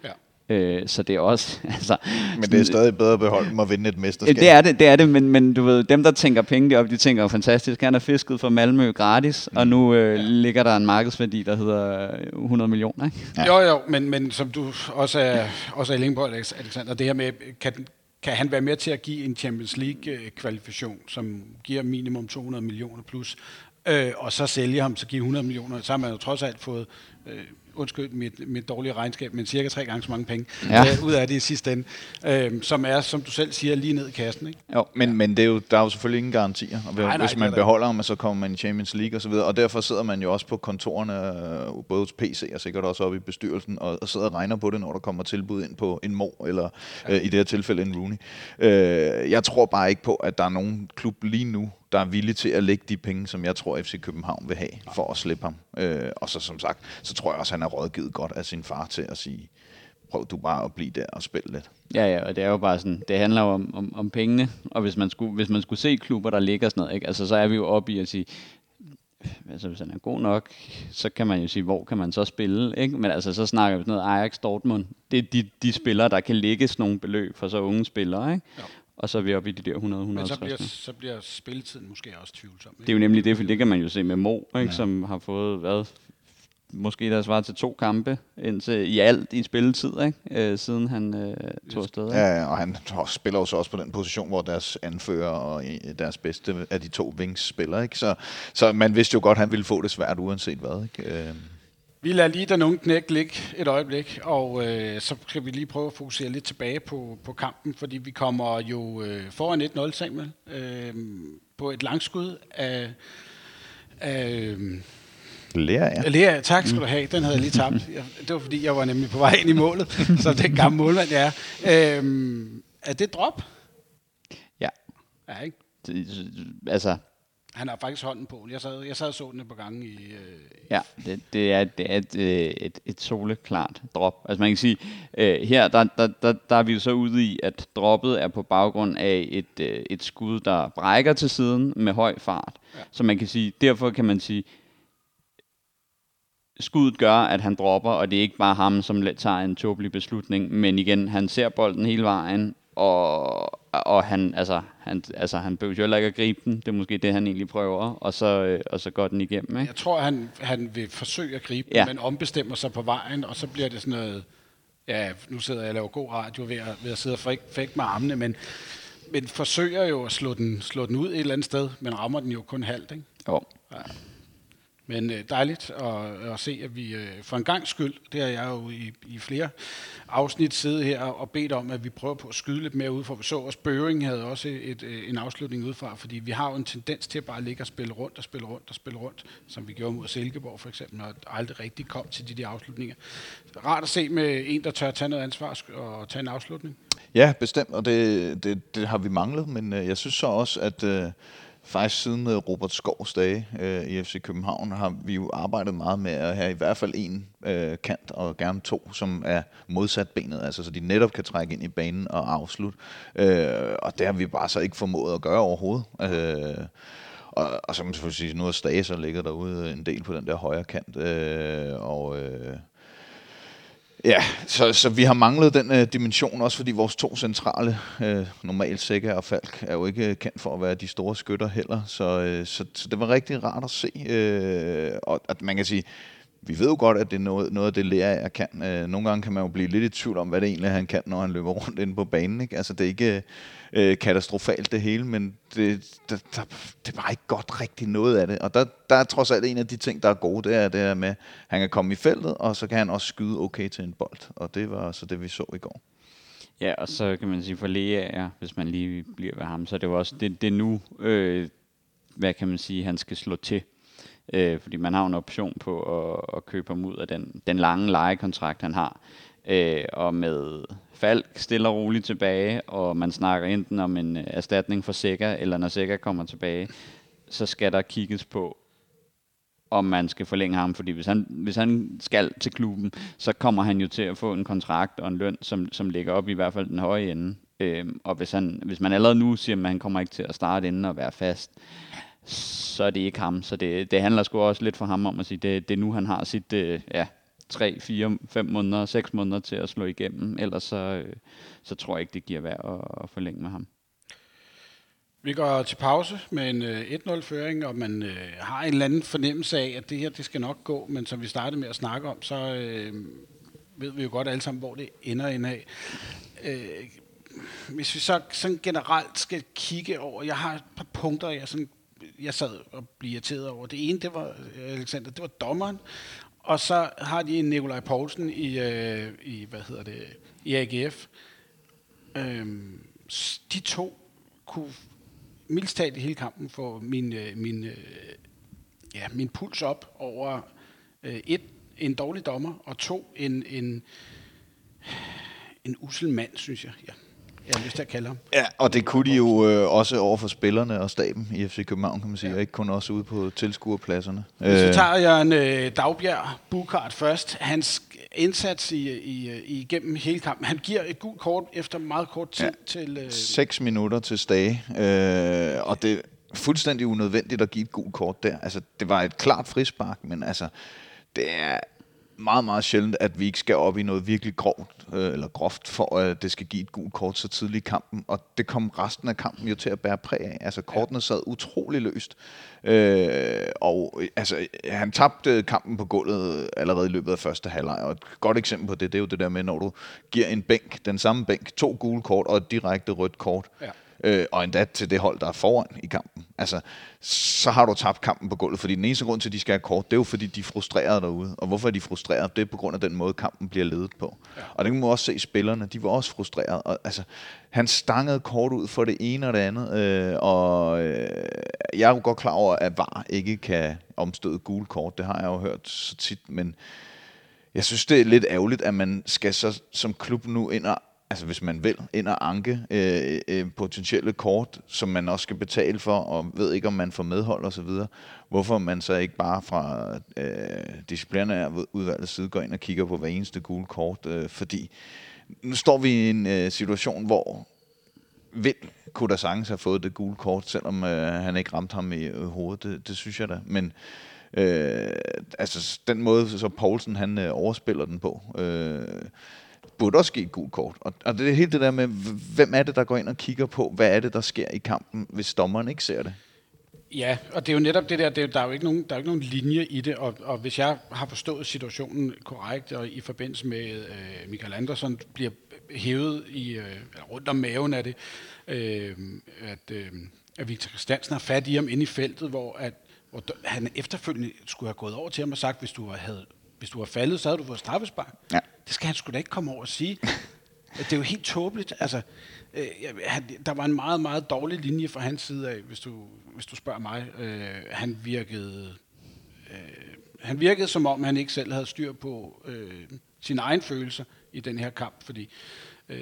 Øh, så det er også... Altså, men det er stadig bedre at beholde dem og vinde et mesterskab. Det er det, det er det, men, men du ved, dem der tænker penge deroppe, de tænker jo fantastisk. Han har fisket for Malmø gratis, mm. og nu øh, ja. ligger der en markedsværdi, der hedder hundrede millioner, ikke? Ja. Jo, jo, men, men som du også er, også er inde på, Alexander, det her med, kan, kan han være med til at give en Champions League-kvalifikation, som giver minimum to hundrede millioner plus, øh, og så sælge ham, så give hundrede millioner, så har man jo trods alt fået... Øh, undskyld mit, mit dårlige regnskab, men cirka tre gange så mange penge ja. øh, ud af det i sidste ende, øh, som er, som du selv siger, lige ned i kassen. Ikke? Jo, men, ja. men det er jo, der er jo selvfølgelig ingen garantier, og nej, nej, hvis man beholder ham, så kommer man i Champions League og så videre, og derfor sidder man jo også på kontorerne, både hos P C og sikkert også oppe i bestyrelsen, og, og sidder og regner på det, når der kommer tilbud ind på en Mo, eller ja. øh, i det her tilfælde en Rooney. Øh, jeg tror bare ikke på, at der er nogen klub lige nu, der er villig til at lægge de penge, som jeg tror F C København vil have, for at slippe ham. Øh, og så som sagt, så tror jeg også, at han er rådgivet godt af sin far til at sige, prøv du bare at blive der og spille lidt. Ja, ja, og det er jo bare sådan, det handler jo om, om, om pengene, og hvis man, skulle, hvis man skulle se klubber, der ligger sådan noget, ikke? Altså, så er vi jo oppe i at sige, altså hvis han er god nok, så kan man jo sige, hvor kan man så spille, ikke? Men altså, så snakker vi sådan noget Ajax, Dortmund, det er de, de spillere, der kan lægge sådan nogle beløb for så unge spillere, ikke? Ja. Og så er vi oppe i de der hundrede til hundrede og halvtreds. Men så bliver, så bliver spilletiden måske også tvivlsom. Ikke? Det er jo nemlig det, for det kan man jo se med Mo, ikke? Ja. Som har fået, hvad, måske der svarer til to kampe indtil i alt i spilletid, ikke? Øh, siden han øh, tog afsted. Ikke? Ja, og han spiller jo så også på den position, hvor deres anfører og deres bedste af de to wings spiller, ikke? Så, så man vidste jo godt, at han ville få det svært uanset hvad, ikke? Øh. Vi lader lige den unge knæk ligge et øjeblik, og øh, så kan vi lige prøve at fokusere lidt tilbage på, på kampen, fordi vi kommer jo øh, foran et nul, Samuel, øh, på et langskud af... af Lea, ja. Lea, tak skal du have. Den havde jeg lige tabt. Jeg, det var fordi, jeg var nemlig på vej ind i målet, som den gamle målmand, jeg er. Øh, er det drop? Ja. Ja, ikke? Det, altså... Han har faktisk hånden på. Jeg sad, jeg sad og så den et par gange i... Øh, ja, det, det er, det er et, et, et soleklart drop. Altså man kan sige, øh, her der, der, der, der er vi jo så ude i, at droppet er på baggrund af et, øh, et skud, der brækker til siden med høj fart. Ja. Så man kan sige, derfor kan man sige, skuddet gør, at han dropper, og det er ikke bare ham, som tager en tåbelig beslutning, men igen, han ser bolden hele vejen, og, og han, altså, han, altså, han behøver jo heller ikke at gribe den. Det er måske det, han egentlig prøver, og så, øh, og så går den igennem. Ikke? Jeg tror, han, han vil forsøge at gribe ja. den, men ombestemmer sig på vejen, og så bliver det sådan noget... Ja, nu sidder jeg og laver god radio ved at, ved at sidde og fække med armene, men, men forsøger jo at slå den, slå den ud et eller andet sted, men rammer den jo kun halvt, ikke? Jo. Ja. Men øh, dejligt at, at se, at vi øh, for en gang skyld, det har jeg jo i, i flere afsnit siddet her og bedt om, at vi prøver på at skyde lidt mere ud, for vi så også Bøving havde også et, et, en afslutning udefra, fordi vi har jo en tendens til at bare ligge og spille rundt og spille rundt og spille rundt, som vi gjorde mod Silkeborg for eksempel, og aldrig rigtig kom til de der afslutninger. Rart at se med en, der tør tage noget ansvar og tage en afslutning. Ja, bestemt, og det, det, det har vi manglet, men øh, jeg synes så også, at... Øh Faktisk siden Robert Skovs dage øh, i F C København har vi jo arbejdet meget med at have i hvert fald en øh, kant og gerne to, som er modsat benet, altså så de netop kan trække ind i banen og afslutte. Øh, og det har vi bare så ikke formået at gøre overhovedet. Øh, og, og så må man selvfølgelig sige, nu er Stage så ligger derude en del på den der højre kant, øh, og... Øh, Ja, så, så vi har manglet den øh, dimension, også fordi vores to centrale, øh, normalt Sækker og Falk, er jo ikke kendt for at være de store skytter heller, så, øh, så, så det var rigtig rart at se, øh, og at man kan sige, vi ved jo godt, at det er noget, noget af det lærer jeg kan. Øh, nogle gange kan man jo blive lidt i tvivl om, hvad det egentlig er, han kan, når han løber rundt inde på banen, ikke? Altså det er ikke øh, katastrofalt det hele, men det, der, der, det er bare ikke godt rigtig noget af det. Og der, der er trods alt en af de ting, der er gode, det er det her med, at han kan komme i feltet, og så kan han også skyde okay til en bold. Og det var så det, vi så i går. Ja, og så kan man sige for Lea, ja, hvis man lige bliver ved ham, så er det jo også det, det nu, øh, hvad kan man sige, han skal slå til. Øh, fordi man har en option på at, at købe ham ud af den, den lange lejekontrakt, han har. Øh, og med Falk stille og roligt tilbage, og man snakker enten om en erstatning for Sækker, eller når Sækker kommer tilbage, så skal der kigges på, om man skal forlænge ham. Fordi hvis han, hvis han skal til klubben, så kommer han jo til at få en kontrakt og en løn, som, som ligger op i hvert fald den høje ende. Øh, og hvis, han, hvis man allerede nu siger, at han kommer ikke til at starte inden og være fast, så er det ikke ham. Så det, det handler sgu også lidt for ham om at sige, det, det er nu, han har sit, øh, ja, tre, fire, fem måneder, seks måneder til at slå igennem. Ellers så, øh, så tror jeg ikke, det giver værd at, at forlænge med ham. Vi går til pause med en øh, et nul-føring, og man øh, har en eller anden fornemmelse af, at det her, det skal nok gå. Men som vi startede med at snakke om, så øh, ved vi jo godt alle sammen, hvor det ender ind af. Øh, hvis vi så sådan generelt skal kigge over, jeg har et par punkter, jeg, sådan, jeg sad og blev irriteret over. Det ene, det var Alexander, det var dommeren. Og så har de en Nikolaj Poulsen i, øh, i hvad hedder det, i A G F. Øh, de to kunne mildest talt i hele kampen få min, min, ja, min puls op over øh, et, en dårlig dommer, og to, en, en, en usel mand, synes jeg. Ja. Jeg har lyst til at kalde ham. Ja, og det kunne de jo øh, også over for spillerne og staben i F C København, kan man sige, ja. Og ikke kun også ude på tilskuerpladserne. Så tager jeg en øh, Dagbjerg Buchart først. Hans indsats i, i, igennem hele kampen. Han giver et gult kort efter meget kort tid, ja. til... Øh... Seks minutter til Stage, øh, og det er fuldstændig unødvendigt at give et gult kort der. Altså, det var et klart frispark, men altså, det er meget, meget sjældent, at vi ikke skal op i noget virkelig grovt, øh, eller groft, for at det skal give et gult kort så tidligt i kampen. Og det kom resten af kampen jo til at bære præg af. Altså, kortene sad utrolig løst. Øh, og altså, han tabte kampen på gulvet allerede i løbet af første halvleg. Og et godt eksempel på det, det er jo det der med, når du giver en bænk, den samme bænk, to gule kort og et direkte rødt kort. Ja. Øh, og endda til det hold, der er foran i kampen. Altså, så har du tabt kampen på gulvet, fordi den eneste grund til, at de skal have kort, det er jo fordi, de er frustrerede derude. Og hvorfor er de frustrerede? Det er på grund af den måde, kampen bliver ledet på. Ja. Og det kan man også se spillerne, de var også frustrerede. Og, altså, han stangede kort ud for det ene og det andet, øh, og øh, jeg er jo godt klar over, at V A R ikke kan omstøde gule kort. Det har jeg jo hørt så tit, men jeg synes, det er lidt ærgerligt, at man skal så som klub nu ind og altså hvis man vil, ind og anke øh, øh, potentielle kort, som man også skal betale for, og ved ikke, om man får medhold og så videre. Hvorfor man så ikke bare fra øh, disciplinære udvalgets side går ind og kigger på hver eneste gule kort, øh, fordi nu står vi i en øh, situation, hvor Vind kunne da sagtens have fået det gule kort, selvom øh, han ikke ramte ham i øh, hovedet. Det, det synes jeg da. Men øh, altså den måde, så Poulsen han øh, overspiller den på, øh, burde også give et gult kort. Og, og det er helt det der med, hvem er det, der går ind og kigger på, hvad er det, der sker i kampen, hvis dommeren ikke ser det? Ja, og det er jo netop det der, det er, der er jo ikke nogen, der er ikke nogen linje i det, og, og hvis jeg har forstået situationen korrekt, og i forbindelse med øh, Michael Andersson bliver hævet i, øh, rundt om maven af det, øh, at, øh, at Victor Christiansen har fat i ham inde i feltet, hvor, at, hvor han efterfølgende skulle have gået over til ham og sagt, hvis du havde Hvis du var faldet, så havde du fået straffespark. Ja. Det skal han sgu da ikke komme over og sige. Det er jo helt tåbeligt. Altså, øh, han, der var en meget, meget dårlig linje fra hans side af, hvis du, hvis du spørger mig. Øh, han virkede, øh, han virkede som om, han ikke selv havde styr på øh, sine egne følelser i den her kamp, fordi øh,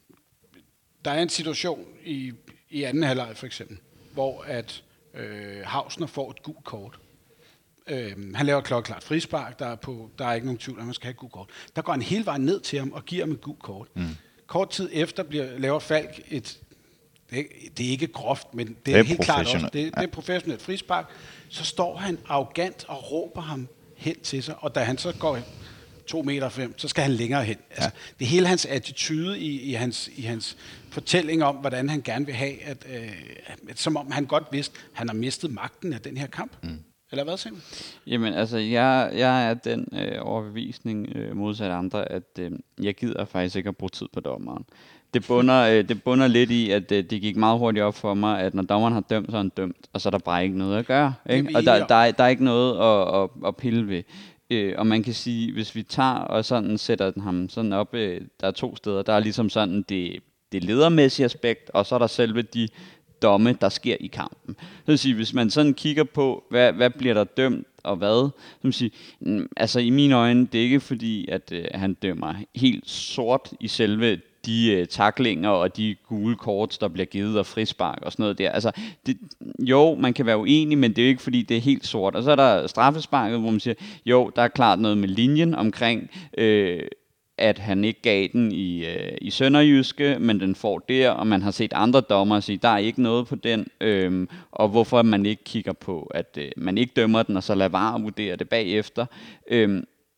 der er en situation i, i anden halvleg for eksempel, hvor at øh, Hausner får et gult kort. Øhm, han laver klokkeklart frispark, der er, på, der er ikke nogen tvivl, at man skal have et gult kort. Der går han hele vejen ned til ham og giver ham et gult kort. Mm. Kort tid efter bliver, laver Falk et, det er, det er ikke groft, men det er, det er helt klart også, det, det er professionelt frispark. Så står han arrogant og råber ham hen til sig, og da han så går to meter frem, så skal han længere hen. Ja. Altså, det er hele hans attitude i, i, hans, i hans fortælling om, hvordan han gerne vil have, at, øh, at, som om han godt vidste, at han har mistet magten af den her kamp. Mm. Eller hvad, Simon? Jamen, altså, jeg, jeg er den øh, overbevisning øh, modsat andre, at øh, jeg gider faktisk ikke at bruge tid på dommeren. Det bunder, øh, det bunder lidt i, at øh, det gik meget hurtigt op for mig, at når dommeren har dømt, så er han dømt, og så er der bare ikke noget at gøre. Ikke? Og der, der, er, der er ikke noget at, at, at pille ved. Øh, og man kan sige, hvis vi tager og sådan sætter ham sådan op, øh, der er to steder, der er ligesom sådan det, det ledermæssige aspekt, og så er der selve de domme, der sker i kampen. Det vil sige, hvis man sådan kigger på, hvad, hvad bliver der dømt, og hvad, så vil sige, altså i mine øjne, det er ikke fordi, at øh, han dømmer helt sort i selve de øh, tacklinger og de gule kort, der bliver givet og frispark og sådan noget der. Altså, det, jo, man kan være uenig, men det er jo ikke fordi, det er helt sort. Og så er der straffesparket, hvor man siger, jo, der er klart noget med linjen omkring, øh, at han ikke gav den i, øh, i Sønderjyske, men den får der, og man har set andre dommere sige, der er ikke noget på den, øhm, og hvorfor man ikke kigger på, at øh, man ikke dømmer den, og så lader V A R vurdere det bagefter. Øhm,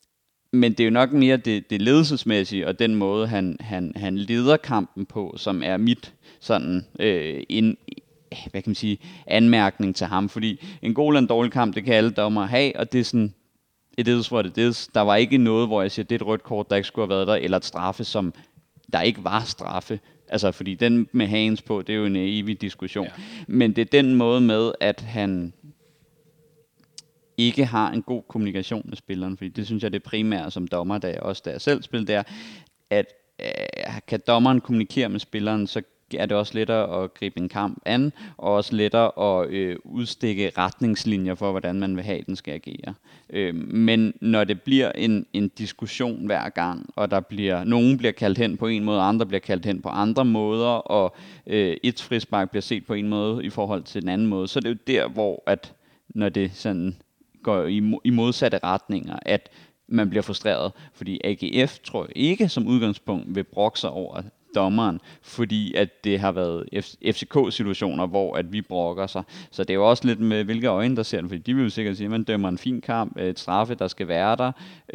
Men det er jo nok mere det, det ledelsesmæssige, og den måde, han, han, han leder kampen på, som er mit sådan øh, en, hvad kan man sige, anmærkning til ham. Fordi en god eller en dårlig kamp, det kan alle dommer have, og det er sådan, it is what it is. Der var ikke noget, hvor jeg siger, det er et rødt kort, der ikke skulle have været der, eller et straffe, som der ikke var straffe. Altså, fordi den med hands på, det er jo en evig diskussion. Ja. Men det er den måde med, at han ikke har en god kommunikation med spilleren, fordi det synes jeg, det er primært som dommer, da jeg også da jeg selv spiller, det er, at øh, kan dommeren kommunikere med spilleren, så er det også lettere at gribe en kamp an, og også lettere at øh, udstikke retningslinjer for, hvordan man vil have, at den skal agere. Øh, men når det bliver en, en diskussion hver gang, og der bliver, nogen bliver kaldt hen på en måde, andre bliver kaldt hen på andre måder, og øh, et frispark bliver set på en måde i forhold til den anden måde, så det er jo der, hvor at, når det sådan går i, i modsatte retninger, at man bliver frustreret. Fordi A G F tror jeg ikke som udgangspunkt vil brokke sig over dommeren, fordi at det har været F C K-situationer, hvor at vi brokker sig. Så det er jo også lidt med, hvilke øjne der ser den, fordi de vil jo sikkert sige, at man dømmer en fin kamp, et straffe, der skal være der.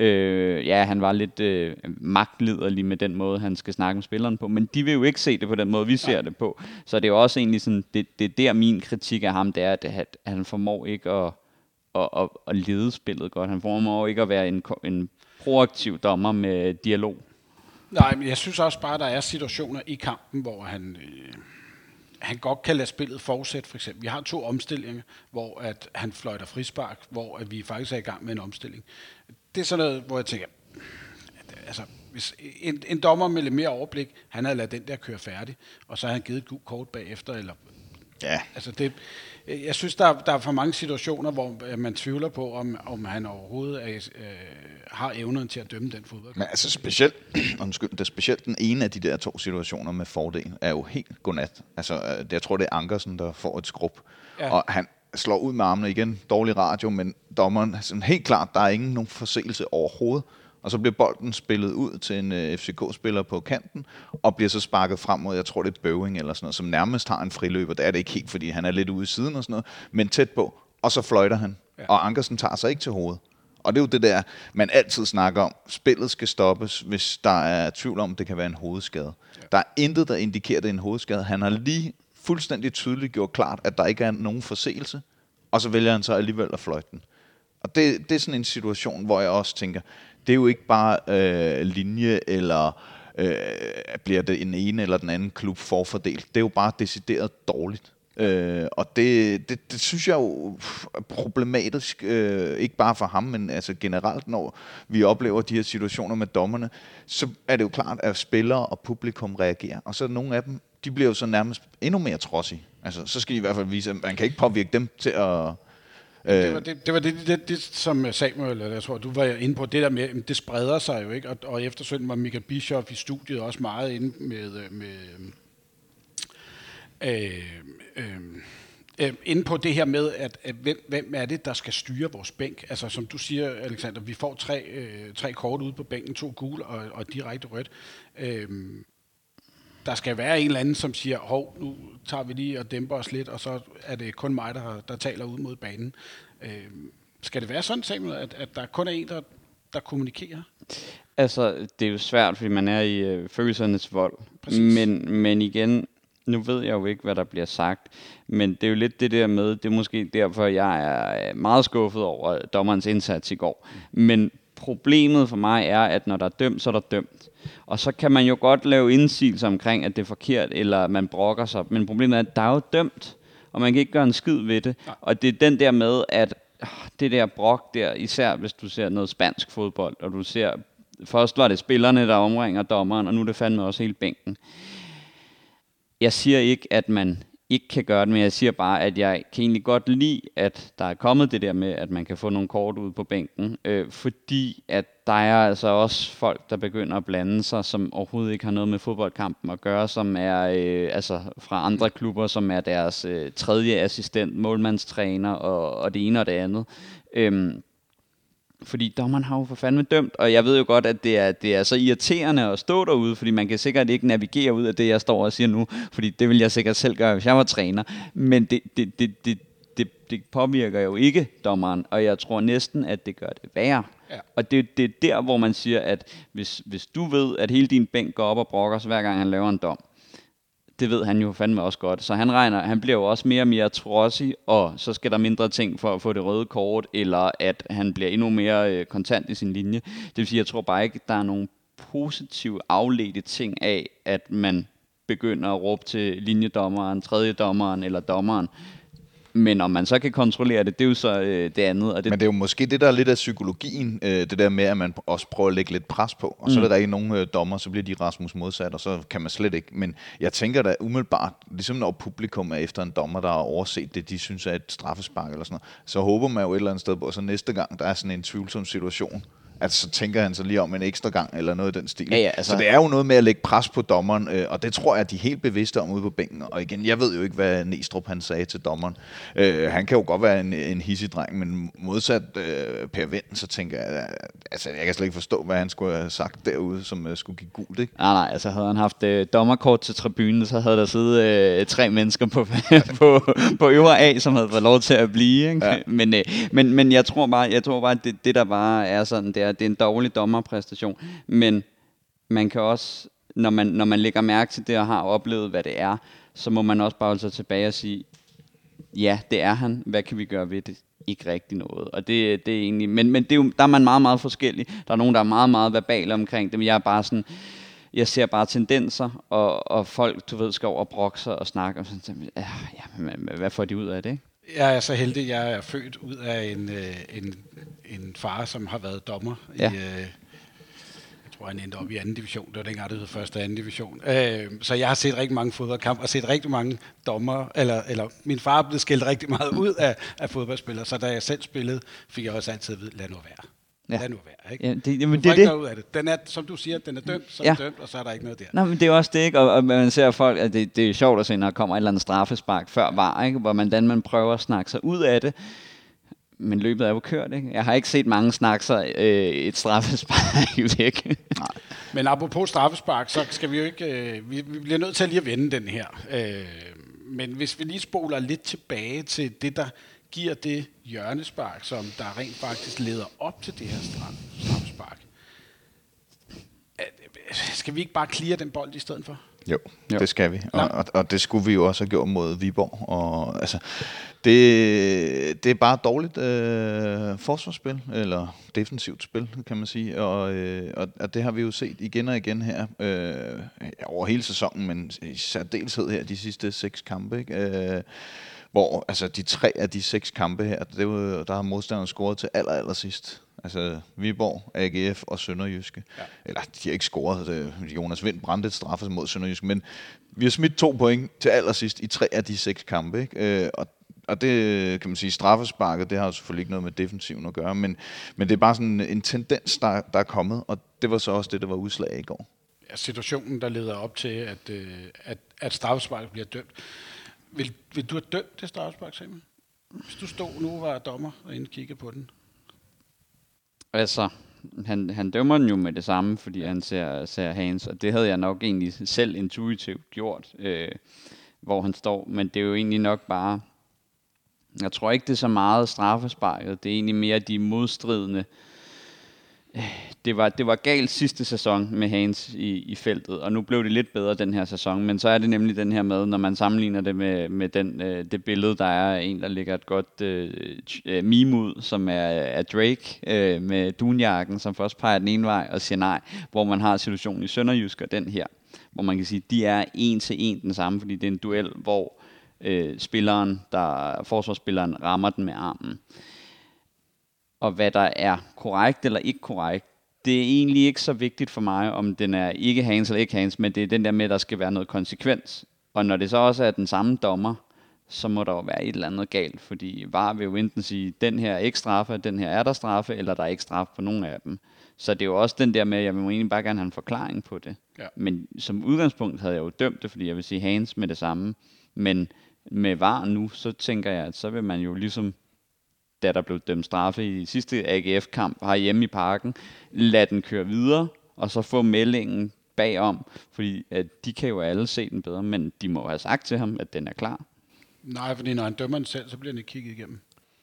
Øh, ja, han var lidt øh, magtliderlig med den måde, han skal snakke med spilleren på, men de vil jo ikke se det på den måde, vi ser det på. Så det er jo også egentlig sådan, det, det er der min kritik af ham, det er, at han formår ikke at Og, og, og lede spillet godt. Han formår ikke at være en, en proaktiv dommer med dialog. Nej, men jeg synes også bare, at der er situationer i kampen, hvor han, øh, han godt kan lade spillet fortsætte, for eksempel. Vi har to omstillinger, hvor at han fløjter frispark, hvor at vi faktisk er i gang med en omstilling. Det er sådan noget, hvor jeg tænker, at, altså, hvis en, en dommer med lidt mere overblik, han havde ladet den der køre færdig, og så har han givet et gult kort bagefter, eller ja. Altså det, jeg synes, der, der er for mange situationer, hvor man tvivler på, om, om han overhovedet er, øh, har evnen til at dømme den fodbold. Men altså specielt, undskyld, det er specielt den ene af de der to situationer med fordel, er jo helt godnat. Altså, jeg tror, det er Ankersen, der får et skrub, ja. Og han slår ud med armene igen, dårlig radio, men dommeren, sådan helt klart, der er ingen nogen forseelse overhovedet. Og så bliver bolden spillet ud til en uh, F C K-spiller på kanten, og bliver så sparket frem mod, jeg tror det er Bøving eller sådan noget, som nærmest har en friløber. Det er det ikke helt, fordi han er lidt ude i siden og sådan noget, men tæt på, og så fløjter han. Ja. Og Ankersen tager sig ikke til hovedet. Og det er jo det der, man altid snakker om. Spillet skal stoppes, hvis der er tvivl om, det kan være en hovedskade. Ja. Der er intet, der indikerer, det er en hovedskade. Han har lige fuldstændig tydeligt gjort klart, at der ikke er nogen forseelse, og så vælger han så alligevel at fløjte den. Og det, det er sådan en situation, hvor jeg også tænker, det er jo ikke bare øh, linje, eller øh, bliver det en ene eller den anden klub forfordelt. Det er jo bare decideret dårligt. Øh, og det, det, det synes jeg jo er problematisk, øh, ikke bare for ham, men altså generelt, når vi oplever de her situationer med dommerne, så er det jo klart, at spillere og publikum reagerer. Og så nogle af dem, de bliver jo så nærmest endnu mere trodsige. Altså, så skal de i hvert fald vise, at man kan ikke påvirke dem til at... Det var det, det, var det, det, det, som Samuel, jeg tror, du var inde på, det der med, det spreder sig jo, ikke? Og, og efterfølgende var Michael Bischoff i studiet også meget inde med, med øh, øh, øh, inde på det her med, at, at hvem, hvem er det, der skal styre vores bænk? Altså, som du siger, Alexander, vi får tre, øh, tre kort ude på bænken, to gule og, og direkte rødt. Øh, Der skal være en eller anden, som siger, hov, nu tager vi lige og dæmper os lidt, og så er det kun mig, der, der taler ud mod banen. Øh, skal det være sådan, Samuel, at, at der kun er en, der, der kommunikerer? Altså, det er jo svært, fordi man er i øh, følelsernes vold. Men, men igen, nu ved jeg jo ikke, hvad der bliver sagt, men det er jo lidt det der med, det er måske derfor, jeg er meget skuffet over dommerens indsats i går. Men problemet for mig er, at når der er dømt, så er der dømt. Og så kan man jo godt lave indsigelser omkring, at det er forkert, eller man brokker sig. Men problemet er, at der er jo dømt, og man kan ikke gøre en skid ved det. Nej. Og det er den der med, at øh, det der brok der, især hvis du ser noget spansk fodbold, og du ser, først var det spillerne, der omringer dommeren, og nu er det fandme også hele bænken. Jeg siger ikke, at man ikke kan gøre det, men jeg siger bare, at jeg kan egentlig godt lide, at der er kommet det der med, at man kan få nogle kort ud på bænken, øh, fordi at der er altså også folk, der begynder at blande sig, som overhovedet ikke har noget med fodboldkampen at gøre, som er øh, altså fra andre klubber, som er deres øh, tredje assistent, målmandstræner og, og det ene og det andet. Øhm, Fordi dommeren har jo for fandme dømt, og jeg ved jo godt, at det er, det er så irriterende at stå derude, fordi man kan sikkert ikke navigere ud af det, jeg står og siger nu, fordi det vil jeg sikkert selv gøre, hvis jeg var træner. Men det, det, det, det, det, det påvirker jo ikke dommeren, og jeg tror næsten, at det gør det værre. Ja. Og det, det er der, hvor man siger, at hvis, hvis du ved, at hele din bænk går op og brokker sig, hver gang han laver en dom, det ved han jo fandme også godt. Så han regner, han bliver jo også mere og mere trodsig, og så skal der mindre ting for at få det røde kort, eller at han bliver endnu mere øh, kontant i sin linje. Det vil sige, jeg tror bare ikke, der er nogen positive afledte ting af, at man begynder at råbe til linjedommeren, tredjedommeren eller dommeren. Men om man så kan kontrollere det, det er jo så øh, det andet. Og det Men det er jo måske det, der er lidt af psykologien, øh, det der med, at man også prøver at lægge lidt pres på. Og så mm. er der ikke nogen øh, dommer, så bliver de Rasmus modsat, og så kan man slet ikke. Men jeg tænker da umiddelbart, ligesom når publikum er efter en dommer, der har overset det, de synes er et straffespark eller sådan noget, så håber man jo et eller andet sted på, så næste gang, der er sådan en tvivlsom situation, at så tænker han så lige om en ekstra gang, eller noget i den stil. Ja, ja, altså. Så det er jo noget med at lægge pres på dommeren, øh, og det tror jeg, at de er helt bevidste om ude på bænken. Og igen, jeg ved jo ikke, hvad Næstrup han sagde til dommeren. Øh, han kan jo godt være en, en hissig dreng, men modsat øh, Per Vind, så tænker jeg, altså jeg kan slet ikke forstå, hvad han skulle have sagt derude, som øh, skulle give gult, ikke? Nej, nej, altså havde han haft øh, dommerkort til tribunen, så havde der siddet øh, tre mennesker på, på, på øvre A, som havde fået lov til at blive, ikke? Ja. Men, øh, men, men jeg tror bare, jeg tror bare, at det, det der bare er sådan, det er, det er en dårlig dommerpræstation, men man kan også, når man, når man lægger mærke til det og har oplevet, hvad det er, så må man også bare holde sig tilbage og sige, ja, det er han, hvad kan vi gøre ved det? Ikke rigtig noget, og det, det er egentlig, men, men det er jo, der er man meget, meget forskellig. Der er nogen, der er meget, meget verbale omkring det, men jeg er bare sådan, jeg ser bare tendenser, og, og folk, du ved, skal over og brokke sig og snakke, og sådan, ja, men hvad får de ud af det, ikke? Jeg er så heldig, jeg er født ud af en, en, en far, som har været dommer ja. i, jeg tror, han endte op i anden division. Det var dengang, det hed første og anden division. Så jeg har set rigtig mange fodboldkampe og set rigtig mange dommer, eller, eller min far blev skældt rigtig meget ud af, af fodboldspillere, så da jeg selv spillede, fik jeg også altid at vide, lad nu være. Ja. Lad nu være, ikke? Ja, det, jamen, du får det, ikke det. noget ud af det. Den er, som du siger, den er dømt, så ja. er dømt, og så er der ikke noget der. Nå, men det er også det, ikke? Og, og man ser folk, at det, det er sjovt at se, når der kommer et eller andet straffespark før var, ikke? Hvor man, man prøver at snakke sig ud af det, men løbet er jo kørt, ikke? Jeg har ikke set mange snakke sig øh, et straffespark væk. Nej. Men apropos straffespark, så skal vi jo ikke, øh, vi, vi bliver nødt til at lige at vende den her. Øh, men hvis vi lige spoler lidt tilbage til det, der giver det hjørnespark, som der rent faktisk leder op til det her straffespark. Skal vi ikke bare clear den bold i stedet for? Jo, jo. det skal vi. Og, og, og det skulle vi jo også have gjort mod Viborg. Og, altså, det, det er bare dårligt øh, forsvarsspil, eller defensivt spil, kan man sige. Og, øh, og, og det har vi jo set igen og igen her, øh, over hele sæsonen, men i særdeleshed her de sidste seks kampe, ikke? Øh, hvor altså, de tre af de seks kampe her, det var, der har modstanderne scoret til aller, aller sidst. Altså Viborg, A G F og Sønderjyske. Ja. Eller de har ikke scoret. Det. Jonas Vind brændte et straffe mod Sønderjyske. Men vi har smidt to point til allersidst i tre af de seks kampe. Ikke? Øh, og, og det kan man sige, straffesparket, det har jo selvfølgelig ikke noget med defensiven at gøre. Men, men det er bare sådan en tendens, der, der er kommet. Og det var så også det, der var udslag i går. Ja, situationen, der leder op til, at, at, at straffesparket bliver dømt. Vil, vil du have dømt det straffespark, Samuel? Hvis du stod nu var dommer og inde kiggede på den. Altså, han, han dømmer den jo med det samme, fordi han ser, ser Hans, og det havde jeg nok egentlig selv intuitivt gjort, øh, hvor han står, men det er jo egentlig nok bare, jeg tror ikke det er så meget straffesparket, det er egentlig mere de modstridende. Det var, det var galt sidste sæson med Hans i, i feltet, og nu blev det lidt bedre den her sæson, men så er det nemlig den her med, når man sammenligner det med, med den, øh, det billede, der er en, der ligger et godt øh, meme ud, som er, er Drake øh, med dunjakken, som først peger den ene vej og siger nej, hvor man har situationen i Sønderjysk og den her, hvor man kan sige, de er en til en den samme, fordi det er en duel, hvor øh, spilleren, der, forsvarsspilleren rammer den med armen. Og hvad der er korrekt eller ikke korrekt, det er egentlig ikke så vigtigt for mig, om den er ikke Hans eller ikke Hans, men det er den der med, at der skal være noget konsekvens. Og når det så også er den samme dommer, så må der jo være et eller andet galt, fordi V A R vil jo enten sige, den her er ikke straffe, den her er der straffe, eller der er ikke straffe på nogen af dem. Så det er jo også den der med, at jeg må egentlig bare gerne have en forklaring på det. Ja. Men som udgangspunkt havde jeg jo dømt det, fordi jeg vil sige Hans med det samme. Men med V A R nu, så tænker jeg, at så vil man jo ligesom, da der blev dømt straffe i sidste A G F-kamp herhjemme i parken, lad den køre videre, og så få meldingen bagom, fordi at de kan jo alle se den bedre, men de må have sagt til ham, at den er klar. Nej, fordi når han dømmer den selv, så bliver den ikke kigget igennem.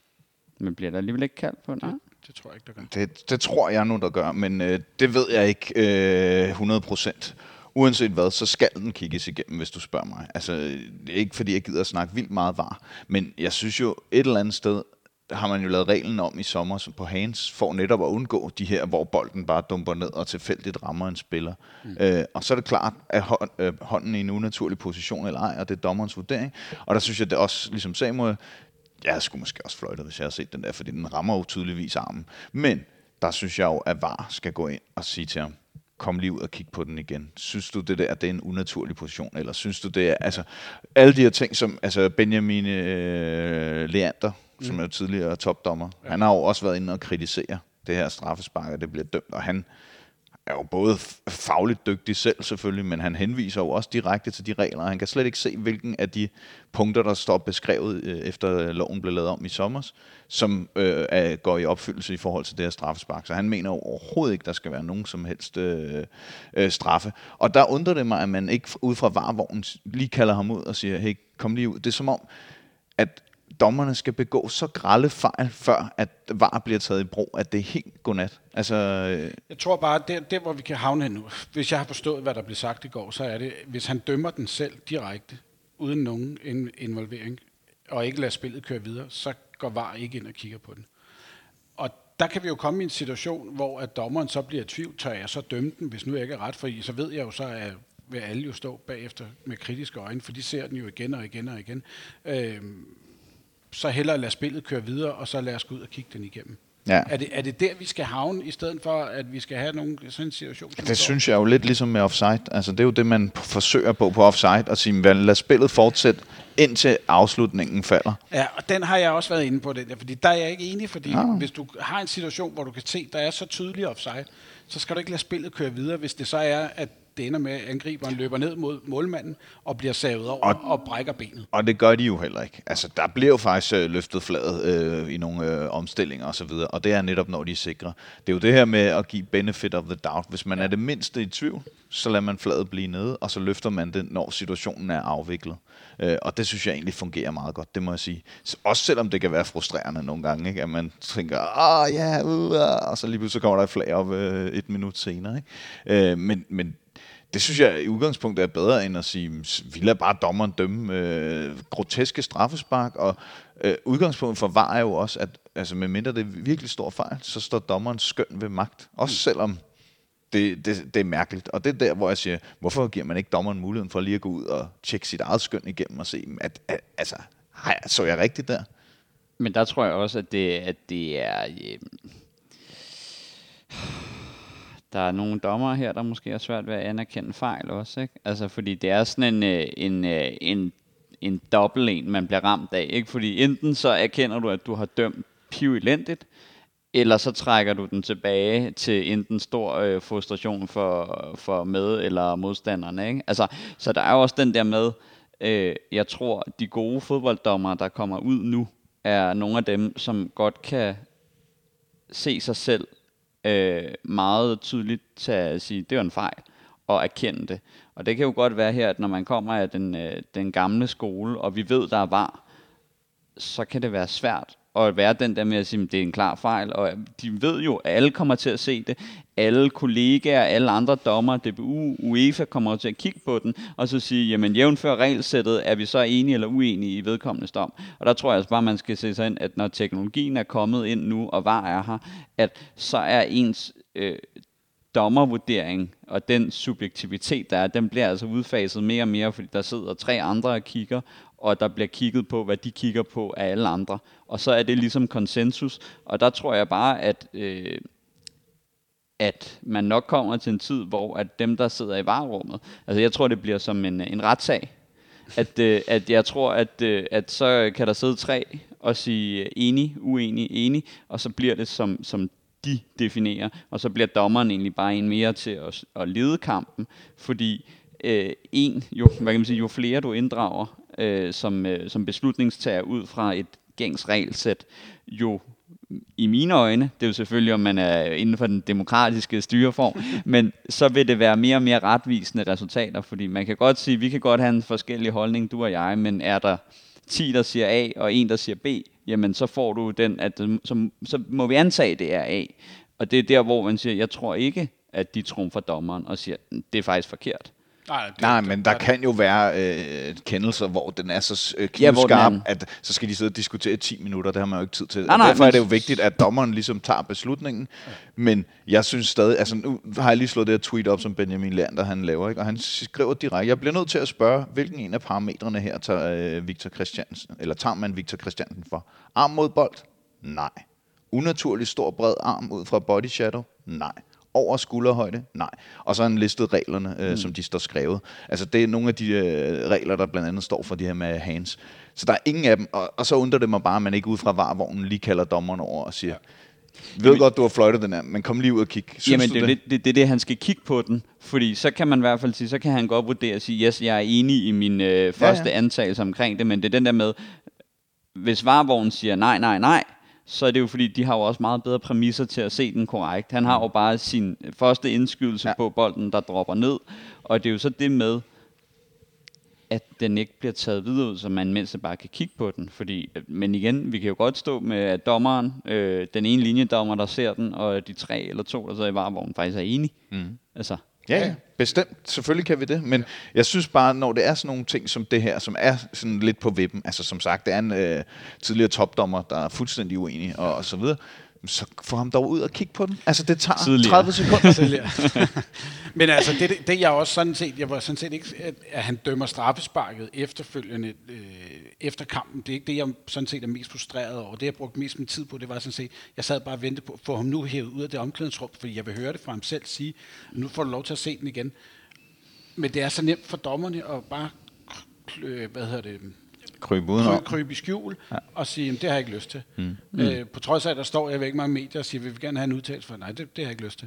Men bliver der alligevel ikke kaldt på den? Det, det tror jeg ikke, der gør. Det, det tror jeg nu, der gør, men øh, det ved jeg ikke øh, hundrede procent. Uanset hvad, så skal den kigges igennem, hvis du spørger mig. Altså, det er ikke fordi, jeg gider at snakke vildt meget var, men jeg synes jo, et eller andet sted har man jo lavet reglen om i sommer som på hands, for netop at undgå de her, hvor bolden bare dumper ned og tilfældigt rammer en spiller. Mm. Øh, og så er det klart, at hånd, øh, hånden i en unaturlig position eller ej, og det er dommerens vurdering. Og der synes jeg, det også, ligesom Samuel, jeg skulle måske også fløjte, hvis jeg havde set den der, fordi den rammer jo tydeligvis armen. Men der synes jeg jo, at V A R skal gå ind og sige til ham, kom lige ud og kig på den igen. Synes du det der, det er en unaturlig position, eller synes du det er, altså, alle de her ting, som, altså Benjamin øh, Leander, mm. som er jo tidligere topdommer, ja. Han har jo også været inde og kritisere det her straffespark, det bliver dømt, og han er jo både fagligt dygtig selv selvfølgelig, men han henviser jo også direkte til de regler, og han kan slet ikke se, hvilken af de punkter, der står beskrevet øh, efter loven blev lavet om i sommer, som øh, er, går i opfyldelse i forhold til det her straffespark. Så han mener jo overhovedet ikke, der skal være nogen som helst øh, øh, straffe. Og der undrer det mig, at man ikke ud fra varevognen lige kalder ham ud og siger, hey, kom lige ud. Det er som om, at dommerne skal begå så grelle fejl, før at V A R bliver taget i brug, at det er helt godnat. Altså, øh... Jeg tror bare, at det, det, hvor vi kan havne nu, hvis jeg har forstået, hvad der blev sagt i går, så er det, hvis han dømmer den selv direkte, uden nogen involvering, og ikke lader spillet køre videre, så går V A R ikke ind og kigger på den. Og der kan vi jo komme i en situation, hvor at dommeren så bliver i tvivl, tør jeg så dømme den, hvis nu jeg ikke er ret, for så ved jeg jo så, at vil alle jo stå bagefter med kritiske øjne, for de ser den jo igen og igen og igen. Øhm, så hellere lade spillet køre videre, og så lad os gå ud og kigge den igennem. Ja. Er, det, er det der, vi skal havne, i stedet for, at vi skal have nogle, sådan en situation? Det står? Synes jeg jo lidt ligesom med offside. Altså, det er jo det, man forsøger på på offside, at sige, lad spillet fortsætte, indtil afslutningen falder. Ja, og den har jeg også været inde på, den der, fordi der er jeg ikke enig, fordi ja. Hvis du har en situation, hvor du kan se, der er så tydelig offside, så skal du ikke lade spillet køre videre, hvis det så er, at det ender med, at angriberen løber ned mod målmanden og bliver savet over og, og brækker benet. Og det gør de jo heller ikke. Altså, der bliver jo faktisk øh, løftet flaget øh, i nogle øh, omstillinger og så videre, og det er netop, når de er sikre. Det er jo det her med at give benefit of the doubt. Hvis man ja. er det mindste i tvivl, så lader man flaget blive nede, og så løfter man det, når situationen er afviklet. Øh, og det synes jeg egentlig fungerer meget godt, det må jeg sige. Også selvom det kan være frustrerende nogle gange, ikke? At man tænker, åh ja, uh, og så lige pludselig kommer der et flag op øh, et minut senere. Ikke? Øh, men, men det synes jeg i udgangspunktet er bedre, end at sige, vi lader bare dommeren dømme øh, groteske straffespark, og øh, udgangspunktet for V A R er jo også, at altså, medmindre det er virkelig stor fejl, så står dommeren skøn ved magt, også selvom det, det, det er mærkeligt. Og det er der, hvor jeg siger, hvorfor giver man ikke dommeren muligheden for lige at gå ud og tjekke sit eget skøn igennem og se, at, at altså, så jeg rigtigt der? Men der tror jeg også, at det, at det er... Øh Der er nogle dommere her, der måske er svært ved at anerkende fejl også, ikke? Altså, fordi det er sådan en, en, en, en dobbelt en, man bliver ramt af, ikke? Fordi enten så erkender du, at du har dømt piv-elendigt, eller så trækker du den tilbage til enten stor øh, frustration for, for med- eller modstanderne, ikke? Altså, så der er jo også den der med, øh, jeg tror, de gode fodbolddommere, der kommer ud nu, er nogle af dem, som godt kan se sig selv Øh, meget tydeligt til at sige, det var en fejl, og erkende det. Og det kan jo godt være her, at når man kommer af den, øh, den gamle skole, og vi ved, der er V A R, så kan det være svært at være den der med at sige, det er en klar fejl, og de ved jo, at alle kommer til at se det. Alle kollegaer, alle andre dommer, D B U, UEFA kommer til at kigge på den, og så sige, jamen jævnfør regelsættet, er vi så enige eller uenige i vedkommendes dom? Og der tror jeg altså bare, man skal se sig ind, at når teknologien er kommet ind nu, og V A R er her, at så er ens øh, dommervurdering og den subjektivitet, der er, den bliver altså udfaset mere og mere, fordi der sidder tre andre og kigger, og der bliver kigget på, hvad de kigger på af alle andre. Og så er det ligesom konsensus, og der tror jeg bare, at, øh, at man nok kommer til en tid, hvor at dem, der sidder i varerummet, altså jeg tror, det bliver som en, en retssag, at, øh, at jeg tror, at, øh, at så kan der sidde tre og sige enig, uenig, enig, og så bliver det som, som de definerer, og så bliver dommeren egentlig bare en mere til at, at lede kampen, fordi øh, en, jo, hvad kan man sige, jo flere du inddrager øh, som, øh, som beslutningstager ud fra et gængs regelsæt, jo i mine øjne, det er jo selvfølgelig, om man er inden for den demokratiske styreform, men så vil det være mere og mere retvisende resultater, fordi man kan godt sige, vi kan godt have en forskellig holdning, du og jeg, men er der ti, der siger A, og en, der siger B, jamen så får du den, at så, så må vi antage, det er A. Og det er der, hvor man siger, jeg tror ikke, at de trumfer dommeren og siger, det er faktisk forkert. Nej, det, Nej, det, men det, der det. kan jo være øh, kendelser, hvor den er så øh, knivskarp, ja, at så skal de sidde og diskutere ti minutter. Det har man jo ikke tid til. Nej, nej, derfor er det jo vigtigt, at dommeren ligesom tager beslutningen. Ja. Men jeg synes stadig, altså nu har jeg lige slået det her tweet op, som Benjamin Leander han laver, ikke? Og han skriver direkte, jeg bliver nødt til at spørge, hvilken en af parametrene her tager øh, Victor Christiansen, eller tager man Victor Christiansen for? Arm mod bold? Nej. Unaturlig stor bred arm ud fra body shadow? Nej. Over skulderhøjde? Nej. Og så har han listet reglerne, øh, mm. som de står skrevet. Altså det er nogle af de øh, regler, der blandt andet står for de her med hands. Så der er ingen af dem, og, og så undrer det mig bare, at man ikke ud fra varvognen lige kalder dommeren over og siger, ja. ved jamen, godt, du har fløjtet den her, men kom lige ud og kig. Synes jamen du det er det? Det, det, det, han skal kigge på den, fordi så kan man i hvert fald sige, så kan han godt vurdere og sige, yes, jeg er enig i min øh, første ja, ja. antagelse omkring det, men det er den der med, hvis varvognen siger nej, nej, nej, så er det jo fordi, de har jo også meget bedre præmisser til at se den korrekt. Han har jo bare sin første indskydelse ja. på bolden, der dropper ned, og det er jo så det med, at den ikke bliver taget videre ud, så man mindst bare kan kigge på den. Fordi, men igen, vi kan jo godt stå med, at dommeren, øh, den ene linjedommer, der ser den, og de tre eller to, der sidder i varevognen, faktisk er enige. Mm. Altså. Ja, ja, bestemt. Selvfølgelig kan vi det. Men jeg synes bare, når det er sådan nogle ting som det her, som er sådan lidt på vippen, altså som sagt, det er en øh, tidligere topdommer, der er fuldstændig uenig og, og så videre, så få ham dog ud og kigge på den. Altså det tager tidligere. tredive sekunder. Men altså det, det, det jeg også sådan set, jeg var sådan set ikke, at, at han dømmer straffesparket efterfølgende øh, efter kampen. Det er ikke det, jeg sådan set er mest frustreret over. Det jeg brugte mest min tid på, det var sådan set, jeg sad bare og ventede på at få ham nu hævet ud af det omklædningsrum, fordi jeg vil høre det fra ham selv sige, nu får du lov til at se den igen. Men det er så nemt for dommerne at bare, øh, hvad hedder det, krybe udenom. Kryb, kryb i skjul ja. og sige, det har jeg ikke lyst til. Mm. Øh, på trods af, at der står, jeg ved ikke mange medier og siger, vi vil gerne have en udtalelse for, nej, det, det har jeg ikke lyst til.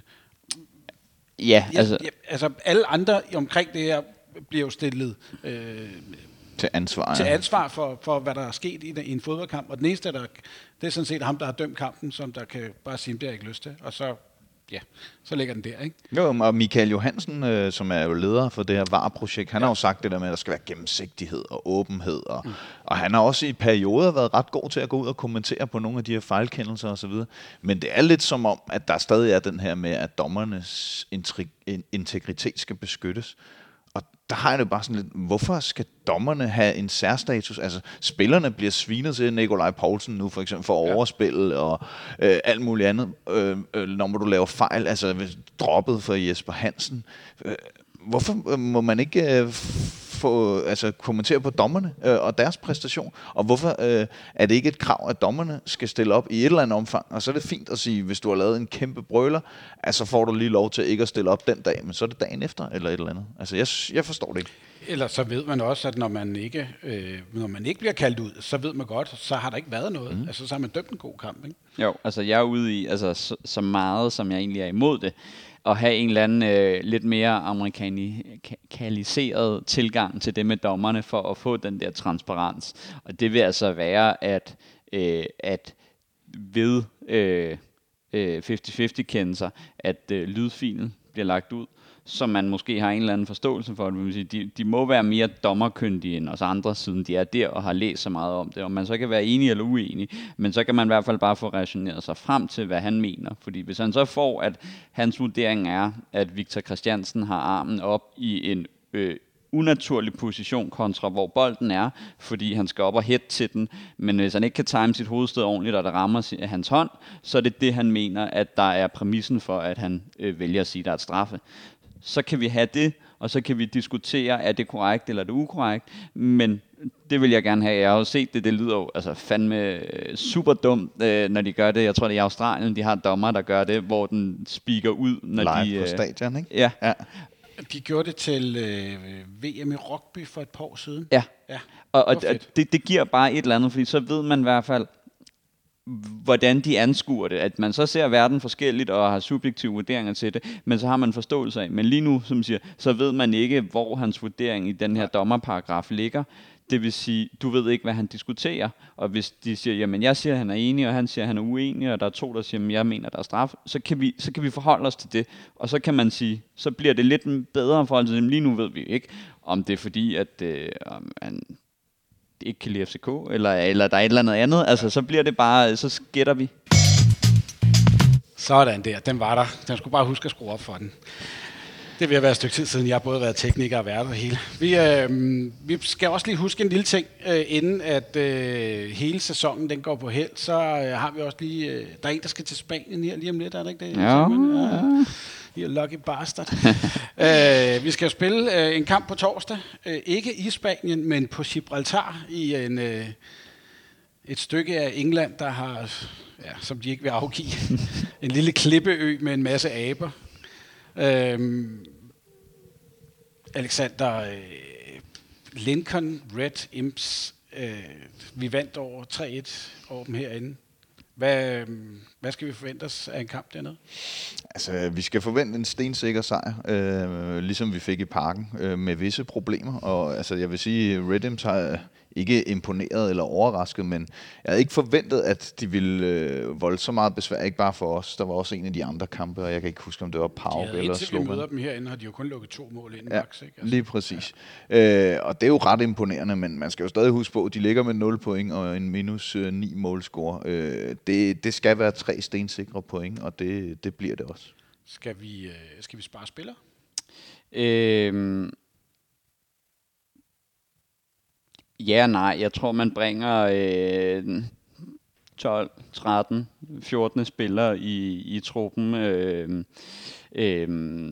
Ja, altså. Ja, altså alle andre omkring det her bliver jo stillet øh, til ansvar, til ja. ansvar for, for, hvad der er sket i, i en fodboldkamp. Og den eneste, der, det er sådan set ham, der har dømt kampen, som der kan bare sige, det har jeg ikke lyst til. Og så, ja, så ligger den der, ikke? Jo, og Michael Johansen, øh, som er jo leder for det her V A R-projekt, han ja. har jo sagt det der med, at der skal være gennemsigtighed og åbenhed. Og, mm. og han har også i perioder været ret god til at gå ud og kommentere på nogle af de her fejlkendelser osv. Men det er lidt som om, at der stadig er den her med, at dommernes integritet skal beskyttes. Og der har jeg det bare sådan lidt, hvorfor skal dommerne have en særstatus? Altså, spillerne bliver svinet til Nikolaj Poulsen nu, for eksempel, for overspil og øh, alt muligt andet. Øh, øh, når du laver fejl, altså droppet for Jesper Hansen. Øh, hvorfor må man ikke øh, få, altså, kommentere på dommerne øh, og deres præstation? Og hvorfor øh, er det ikke et krav, at dommerne skal stille op i et eller andet omfang? Og så er det fint at sige, hvis du har lavet en kæmpe brøler, altså får du lige lov til ikke at stille op den dag, men så er det dagen efter, eller et eller andet. Altså, jeg, jeg forstår det ikke. Eller så ved man også, at når man ikke, øh, når man ikke bliver kaldt ud, så ved man godt, så har der ikke været noget. Mm. Altså, så har man dømt en god kamp, ikke? Jo, altså jeg er ude i, altså så, så meget, som jeg egentlig er imod det, at have en eller anden øh, lidt mere amerikaniseret tilgang til det med dommerne, for at få den der transparens. Og det vil altså være, at, øh, at ved øh, øh, halvtreds halvtreds kendelser, at øh, lydfilen bliver lagt ud, så man måske har en eller anden forståelse for det. De, de må være mere dommerkyndige end os andre, siden de er der og har læst så meget om det. Og man så kan være enig eller uenig, men så kan man i hvert fald bare få rationeret sig frem til, hvad han mener. Fordi hvis han så får, at hans vurdering er, at Victor Christiansen har armen op i en øh, unaturlig position kontra hvor bolden er, fordi han skal op og hætte til den, men hvis han ikke kan time sit hovedstød ordentligt, og der rammer hans hånd, så er det det, han mener, at der er præmissen for, at han øh, vælger at sige, at der er et straffe. Så kan vi have det, og så kan vi diskutere, er det korrekt eller er det ukorrekt, men det vil jeg gerne have. Jeg har jo set det, det lyder jo altså fandme super dumt, øh, når de gør det. Jeg tror, det er i Australien, de har dommer, der gør det, hvor den speaker ud, når live de... Live på stadion, ikke? Ja. ja. De gjorde det til øh, V M i rugby for et par år siden. Ja, ja. og, og det, det giver bare et eller andet, fordi så ved man i hvert fald, hvordan de anskuer det, at man så ser verden forskelligt og har subjektive vurderinger til det, men så har man forståelse af. Men lige nu, som siger, så ved man ikke, hvor hans vurdering i den her dommerparagraf ligger. Det vil sige, du ved ikke, hvad han diskuterer. Og hvis de siger, jamen jeg siger, at han er enig, og han siger, at han er uenig, og der er to, der siger, at jeg mener, der er straf, så kan vi, så kan vi forholde os til det. Og så kan man sige, så bliver det lidt bedre forhold til dem. Lige nu ved vi ikke, om det er fordi, at øh, han ikke kan lide F C K, eller, eller der er et eller andet andet. Altså, så bliver det bare, så gætter vi. Sådan der, den var der. Den skulle bare huske at skrue op for den. Det vil have været et stykke tid siden, jeg har både været tekniker og været det hele. Vi, øh, vi skal også lige huske en lille ting, øh, inden at øh, hele sæsonen den går på held, så øh, har vi også lige, øh, der er en, der skal til Spanien her lige om lidt, er det ikke det? Ja, ja. You're lucky bastard. øh, vi skal jo spille øh, en kamp på torsdag, øh, ikke i Spanien, men på Gibraltar i en, øh, et stykke af England, der har, ja, som de ikke vil afgive, en lille klippeø med en masse aber. Øhm, Alexander, øh, Lincoln Red Imps, øh, vi vandt over tre et over dem herinde. Hvad, øh, hvad skal vi forvente os af en kamp dernede? Altså, vi skal forvente en stensikker sejr, øh, ligesom vi fik i Parken, øh, med visse problemer. Og altså, jeg vil sige, Red Imps har ikke imponeret eller overrasket, men jeg havde ikke forventet, at de ville øh, volde så meget besvær, ikke bare for os. Der var også en af de andre kampe, og jeg kan ikke huske, om det var Pau eller Slovan. Indtil vi møder dem herinde, har de jo kun lukket to mål ind i ja, max, ikke? Altså. Lige præcis. Ja. Øh, og det er jo ret imponerende, men man skal jo stadig huske på, at de ligger med nul point og en minus øh, ni målscore. Øh, det, det skal være tre stensikre point, og det, det bliver det også. Skal vi, øh, skal vi spare spillere? Øhm Ja og nej. Jeg tror, man bringer øh, tolv, tretten, fjorten spillere i, i truppen. Øh, øh,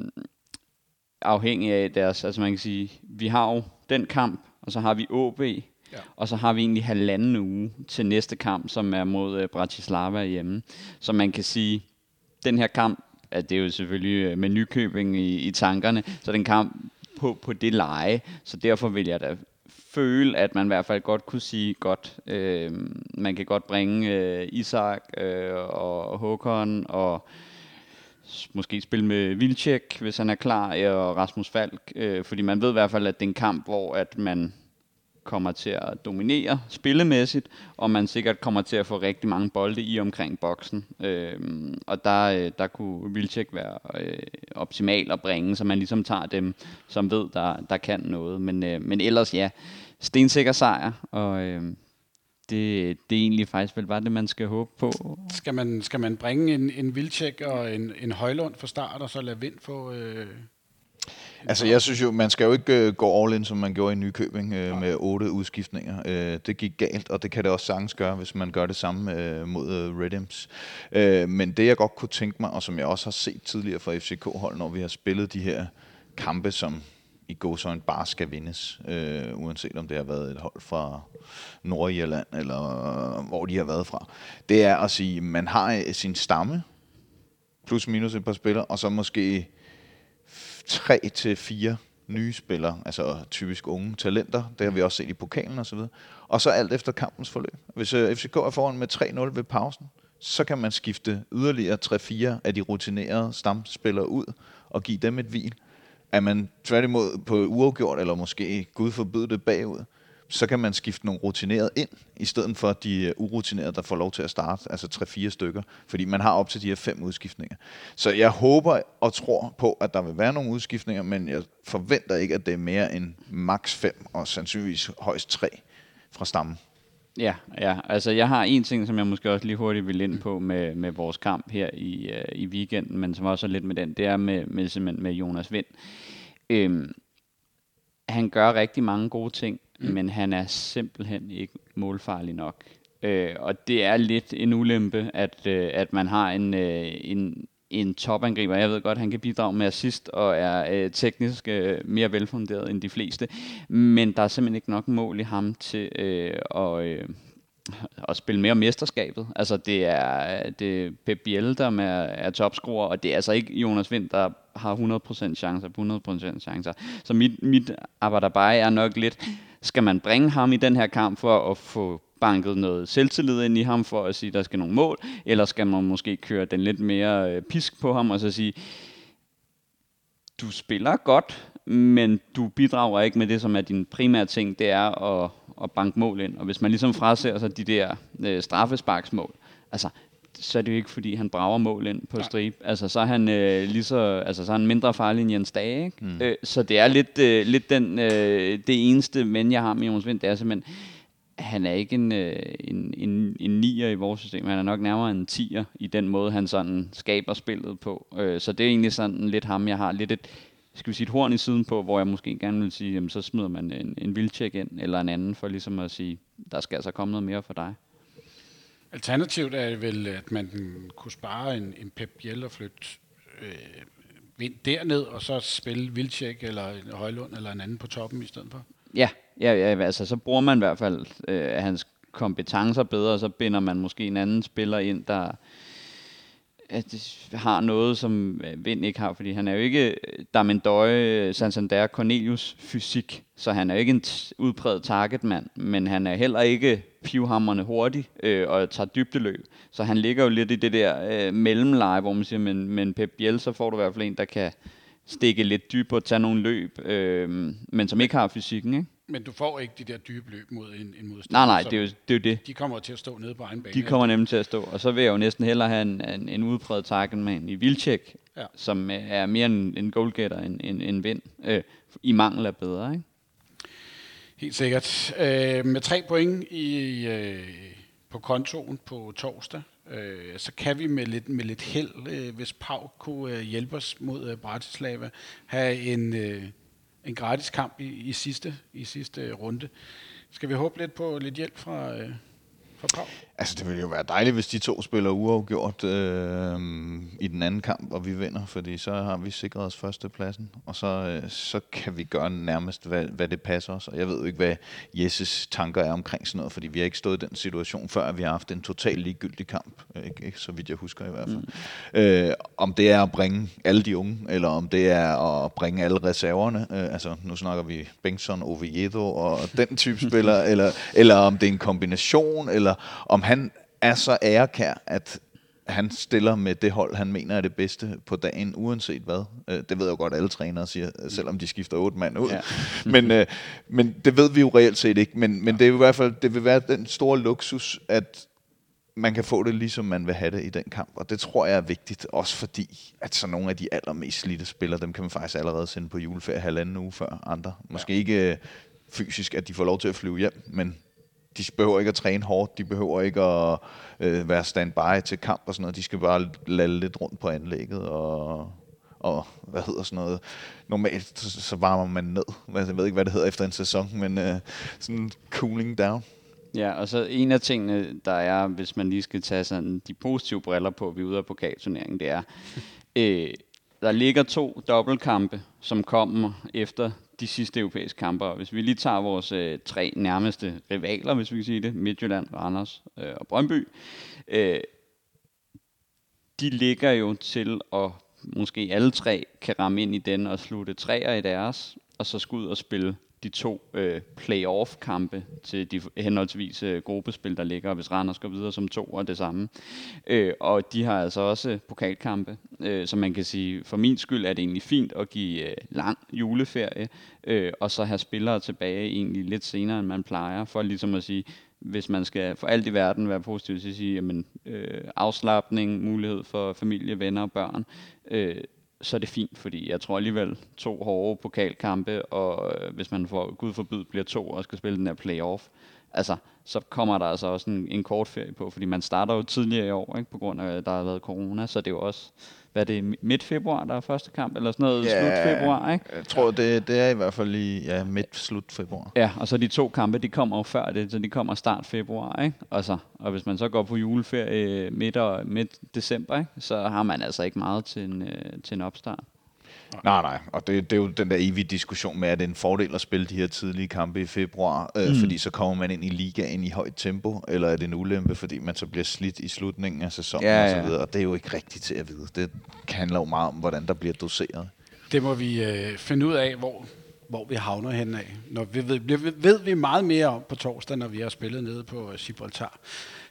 afhængig af deres... Altså man kan sige, vi har jo den kamp, og så har vi O B, ja. Og så har vi egentlig halvanden uge til næste kamp, som er mod øh, Bratislava hjemme. Så man kan sige, den her kamp, at det er jo selvfølgelig med Nykøbing i, i tankerne, så den kamp på, på det leje, så derfor vil jeg da føle, at man i hvert fald godt kunne sige godt, øh, man kan godt bringe øh, Isak øh, og Håkon og måske spille med Wilczek, hvis han er klar, og Rasmus Falk, øh, fordi man ved i hvert fald, at det er en kamp, hvor at man kommer til at dominere spillemæssigt, og man sikkert kommer til at få rigtig mange bolde i omkring boksen. Øh, og der, der kunne Wilczek være øh, optimal at bringe, så man ligesom tager dem, som ved, der, der kan noget. Men, øh, men ellers ja, stensikker sejr, og øh, det, det er egentlig faktisk vel bare det, man skal håbe på. Skal man, skal man bringe en, en Wilczek og en, en Højlund fra start, og så lade Vind få... Øh Altså, jeg synes jo, man skal jo ikke uh, gå all in, som man gjorde i Nykøbing uh, med otte udskiftninger. Uh, det gik galt, og det kan det også sagtens gøre, hvis man gør det samme uh, mod uh, Red Imps. Uh, men det, jeg godt kunne tænke mig, og som jeg også har set tidligere fra F C K-hold, når vi har spillet de her kampe, som i gåseøjne bare skal vindes, uh, uanset om det har været et hold fra Nordirland, eller uh, hvor de har været fra, det er at sige, man har sin stamme, plus minus et par spillere, og så måske tre til fire nye spillere, altså typisk unge talenter, det har vi også set i pokalen og så videre. Og så alt efter kampens forløb. Hvis uh, F C K er foran med tre nul ved pausen, så kan man skifte yderligere tre fire af de rutinerede stamspillere ud og give dem et hvil. Er man tværtimod på uafgjort, eller måske Gud forbyde det bagud, så kan man skifte nogle rutinerede ind, i stedet for de urutinerede, der får lov til at starte, altså tre fire stykker, fordi man har op til de her fem udskiftninger. Så jeg håber og tror på, at der vil være nogle udskiftninger, men jeg forventer ikke, at det er mere end maks fem, og sandsynligvis højst tre fra stammen. Ja, ja, altså jeg har en ting, som jeg måske også lige hurtigt vil ind på med, med vores kamp her i, uh, i weekenden, men som også er lidt med den, det er med, med, simpelthen med Jonas Vind. Øhm, han gør rigtig mange gode ting, mm. men han er simpelthen ikke målfarlig nok. Øh, og det er lidt en ulempe, at, øh, at man har en, øh, en, en topangriber. Jeg ved godt, han kan bidrage med assist og er øh, teknisk øh, mere velfunderet end de fleste. Men der er simpelthen ikke nok mål i ham til øh, at, øh, at spille mere mesterskabet. Altså det er, det er Pep Biel, der er, er topscorer, og det er altså ikke Jonas Vind, der har hundrede procent chancer på hundrede procent chancer. Så mit, mit arbejde bare er nok lidt, skal man bringe ham i den her kamp for at få banket noget selvtillid ind i ham, for at sige, at der skal nogle mål, eller skal man måske køre den lidt mere øh, pisk på ham, og så sige, du spiller godt, men du bidrager ikke med det, som er din primære ting, det er at, at banke mål ind. Og hvis man ligesom fraser sig de der øh, straffesparksmål, altså, så er det jo ikke, fordi han brager mål ind på stribe. Altså, så er han øh, lige så, altså, så er han mindre farlig end Jens Dage, ikke? Mm. Øh, så det er lidt, øh, lidt den, øh, det eneste men, jeg har med Jonas Vind, det er simpelthen, han er ikke en, en, en, en nier i vores system. Han er nok nærmere en tier i den måde, han sådan skaber spillet på. Så det er egentlig sådan lidt ham, jeg har lidt et, skal vi sige, et horn i siden på, hvor jeg måske gerne vil sige, jamen, så smider man en, en Wilczek ind, eller en anden, for ligesom at sige, der skal altså komme noget mere for dig. Alternativt er det vel, at man kunne spare en, en Pep Biel og flytte øh, Vind derned, og så spille Wilczek eller Højlund eller en anden på toppen i stedet for? Ja, ja, ja, altså så bruger man i hvert fald øh, hans kompetencer bedre, og så binder man måske en anden spiller ind, der at har noget, som Vind ikke har, fordi han er jo ikke Damendøje, Santander, Cornelius fysik, så han er jo ikke en t- udpræget targetmand, men han er heller ikke pivhamrende hurtig øh, og tager dybdeløb, så han ligger jo lidt i det der øh, mellemleje, hvor man siger, men, men Pep Biel, så får du i hvert fald en, der kan stikke lidt dybere og tage nogle løb, øh, men som ikke har fysikken, ikke? Men du får ikke de der dybe løb mod en, en modstander. Nej, nej, det er, jo, det er jo det. De kommer til at stå nede på egen bane. De kommer nemlig til at stå, og så vil jeg jo næsten hellere have en, en, en udpræget targetman i Wilczek, ja. Som er mere en, en goalgetter end en, en Vind, øh, i mangel af bedre, ikke? Helt sikkert. Øh, med tre point i, øh, på kontoen på torsdag, øh, så kan vi med lidt, med lidt held, øh, hvis Pau kunne øh, hjælpe os mod øh, Bratislava, have en... Øh, en gratis kamp i, i sidste i sidste runde. Skal vi håbe lidt på lidt hjælp fra, øh, fra Pau? Altså, det ville jo være dejligt, hvis de to spiller uafgjort øh, i den anden kamp, og vi vinder, fordi så har vi sikret os førstepladsen, og så, øh, så kan vi gøre nærmest, hvad, hvad det passer os. Og jeg ved jo ikke, hvad Jesses tanker er omkring sådan noget, fordi vi har ikke stået i den situation før, at vi har haft en totalt ligegyldig kamp, ikke, ikke, så vidt jeg husker i hvert fald. Mm. Øh, om det er at bringe alle de unge, eller om det er at bringe alle reserverne, øh, altså nu snakker vi Bengtsson, Oviedo og den type spiller, eller, eller om det er en kombination, eller om han er så ærekær, at han stiller med det hold, han mener er det bedste på dagen, uanset hvad. Det ved jeg jo godt, alle trænere siger, selvom de skifter otte mand ud. Ja. men, men det ved vi jo reelt set ikke. Men, men det er jo i hvert fald, det vil være den store luksus, at man kan få det, ligesom man vil have det i den kamp. Og det tror jeg er vigtigt, også fordi, at så nogle af de allermest slidte spillere, dem kan man faktisk allerede sende på juleferie halvanden uge før andre. Måske ja. ikke fysisk, at de får lov til at flyve hjem, men de behøver ikke at træne hårdt, de behøver ikke at øh, være standby til kamp og sådan noget. De skal bare lade lidt rundt på anlægget og, og hvad hedder sådan noget. Normalt så, så varmer man ned. Jeg ved ikke, hvad det hedder efter en sæson, men øh, sådan cooling down. Ja, og så en af tingene, der er, hvis man lige skal tage sådan de positive briller på, vi er ude af pokalturneringen, det er, øh, der ligger to dobbeltkampe, som kommer efter de sidste europæiske kampe. Og hvis vi lige tager vores øh, tre nærmeste rivaler, hvis vi kan sige det, Midtjylland, Randers øh, og Brøndby, øh, de ligger jo til at måske alle tre kan ramme ind i den og slutte treer i deres, og så skal ud og spille de to øh, playoff-kampe til de henholdsvis øh, gruppespil, der ligger, hvis Randers går videre som to og det samme. Øh, og de har altså også pokalkampe, øh, så man kan sige, for min skyld er det egentlig fint at give øh, lang juleferie, øh, og så have spillere tilbage egentlig lidt senere, end man plejer, for ligesom at sige, hvis man skal for alt i verden være positiv til at sige, jamen, øh, afslapning, mulighed for familie, venner og børn, øh, så er det fint, fordi jeg tror alligevel to hårde pokalkampe, og øh, hvis man for Gud forbyde bliver to og skal spille den her playoff, altså, så kommer der altså også en, en kort ferie på, fordi man starter jo tidligere i år, ikke, på grund af, at der har været corona, så det er jo også, hvad er det, midt februar, der er første kamp, eller sådan noget, ja, slut februar, ikke? Jeg tror, det, det er i hvert fald i ja, midt, slut februar. Ja, og så de to kampe, de kommer jo før det, så de kommer start februar, ikke? Og, så, og hvis man så går på juleferie midt, og, midt december, ikke, så har man altså ikke meget til en, til en opstart. Nej, nej, og det, det er jo den der evige diskussion med, at det er en fordel at spille de her tidlige kampe i februar, øh, mm. fordi så kommer man ind i ligaen i højt tempo, eller er det en ulempe, fordi man så bliver slidt i slutningen af sæsonen ja, ja. og så videre, og det er jo ikke rigtigt til at vide. Det handler jo meget om, hvordan der bliver doseret. Det må vi øh, finde ud af, hvor, hvor vi havner henad. Når vi ved, ved, ved vi meget mere om på torsdag, når vi har spillet nede på Gibraltar.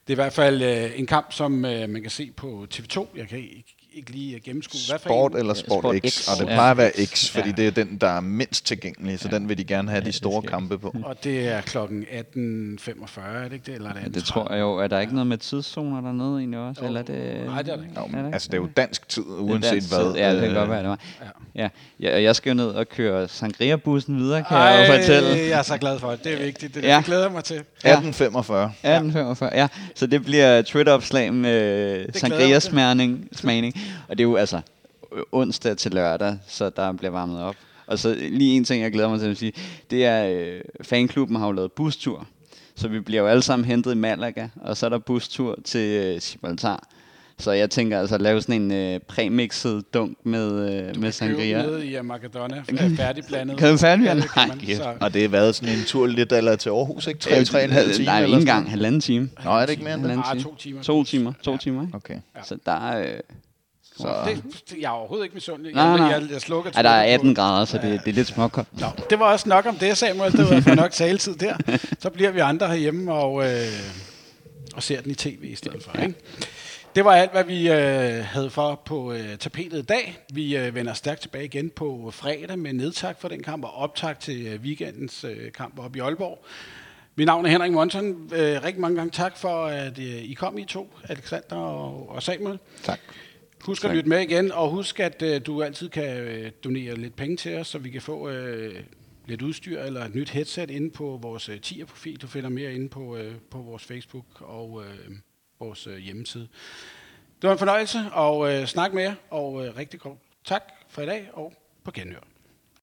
Det er i hvert fald øh, en kamp, som øh, man kan se på T V to. Jeg kan ikke, ikke lige gennemskue. Hvad for Sport en? eller Sport, Sport X, X. og det Ja. plejer at være X, fordi Ja. det er den, der er mindst tilgængelig, så Ja. den vil de gerne have Ja, de det store skal kampe på. Og det er klokken atten femogfyrre, er det ikke det? Eller er det, Ja, det tror jeg jo. Er der ikke noget med tidszoner dernede egentlig også? Jo. Eller er det... Nej, det er der ikke. Nå, Er men, det altså, det er jo dansk tid, Det er uanset dansk hvad. tid. Ja, det kan øh, godt være, det var. Ja. Ja, ja, og jeg skal jo ned og køre Sangria-bussen videre, kan jeg jo fortælle. jeg er så glad for det. Det er vigtigt. Det, Ja. det glæder jeg mig til. atten femogfyrre. atten femogfyrre, ja. Så det bliver Twitter-opslag med Sangria-smagning. Smagning. Og det er jo altså onsdag til lørdag, så der bliver varmet op. Og så lige en ting, jeg glæder mig til at sige, det er, øh, fanklubben har jo lavet bustur. Så vi bliver jo alle sammen hentet i Malaga, og så er der bustur til øh, Gibraltar. Så jeg tænker altså at lave sådan en øh, præmixet dunk med, øh, med sangria. Du kan købe nede i uh, Maradona, f- færdigblandet. Kan du færdig? Ja, det kan man. Nej, Så- Og det har været sådan en tur lidt eller til Aarhus, ikke? Tre, tre og en halv time? Nej, eller ikke sådan engang noget? halvanden time. Nå, er det ikke mere end det? Halvanden Ah, time. to timer. To timer, to Ja. timer, ikke? Okay. Ja. Så der er... Øh, Så, Det, det, jeg er overhovedet ikke misundelig. Nej, Jeg, nej. jeg, jeg slukker ej, der er Twitter på- atten grader, så det, det er lidt småkoldt. Nå, det var også nok om det, Samuel. Det var for nok taletid der. Så bliver vi andre herhjemme og, øh, og ser den i tv i stedet for. Ikke? Det var alt, hvad vi øh, havde for på øh, tapetet i dag. Vi øh, vender stærkt tilbage igen på fredag med nedtak for den kamp og optag til øh, weekendens øh, kamp op i Aalborg. Mit navn er Henrik Monson. Øh, rigtig mange gange tak for, at øh, I kom I to, Alexander og, og Samuel. tak. Husk at lytte med igen, og husk, at øh, du altid kan øh, donere lidt penge til os, så vi kan få øh, lidt udstyr eller et nyt headset inde på vores øh, tier-profil. Du finder mere inde på, øh, på vores Facebook og øh, vores øh, hjemmeside. Det var en fornøjelse at øh, snakke med jer, og øh, rigtig godt tak for i dag, og på genhør.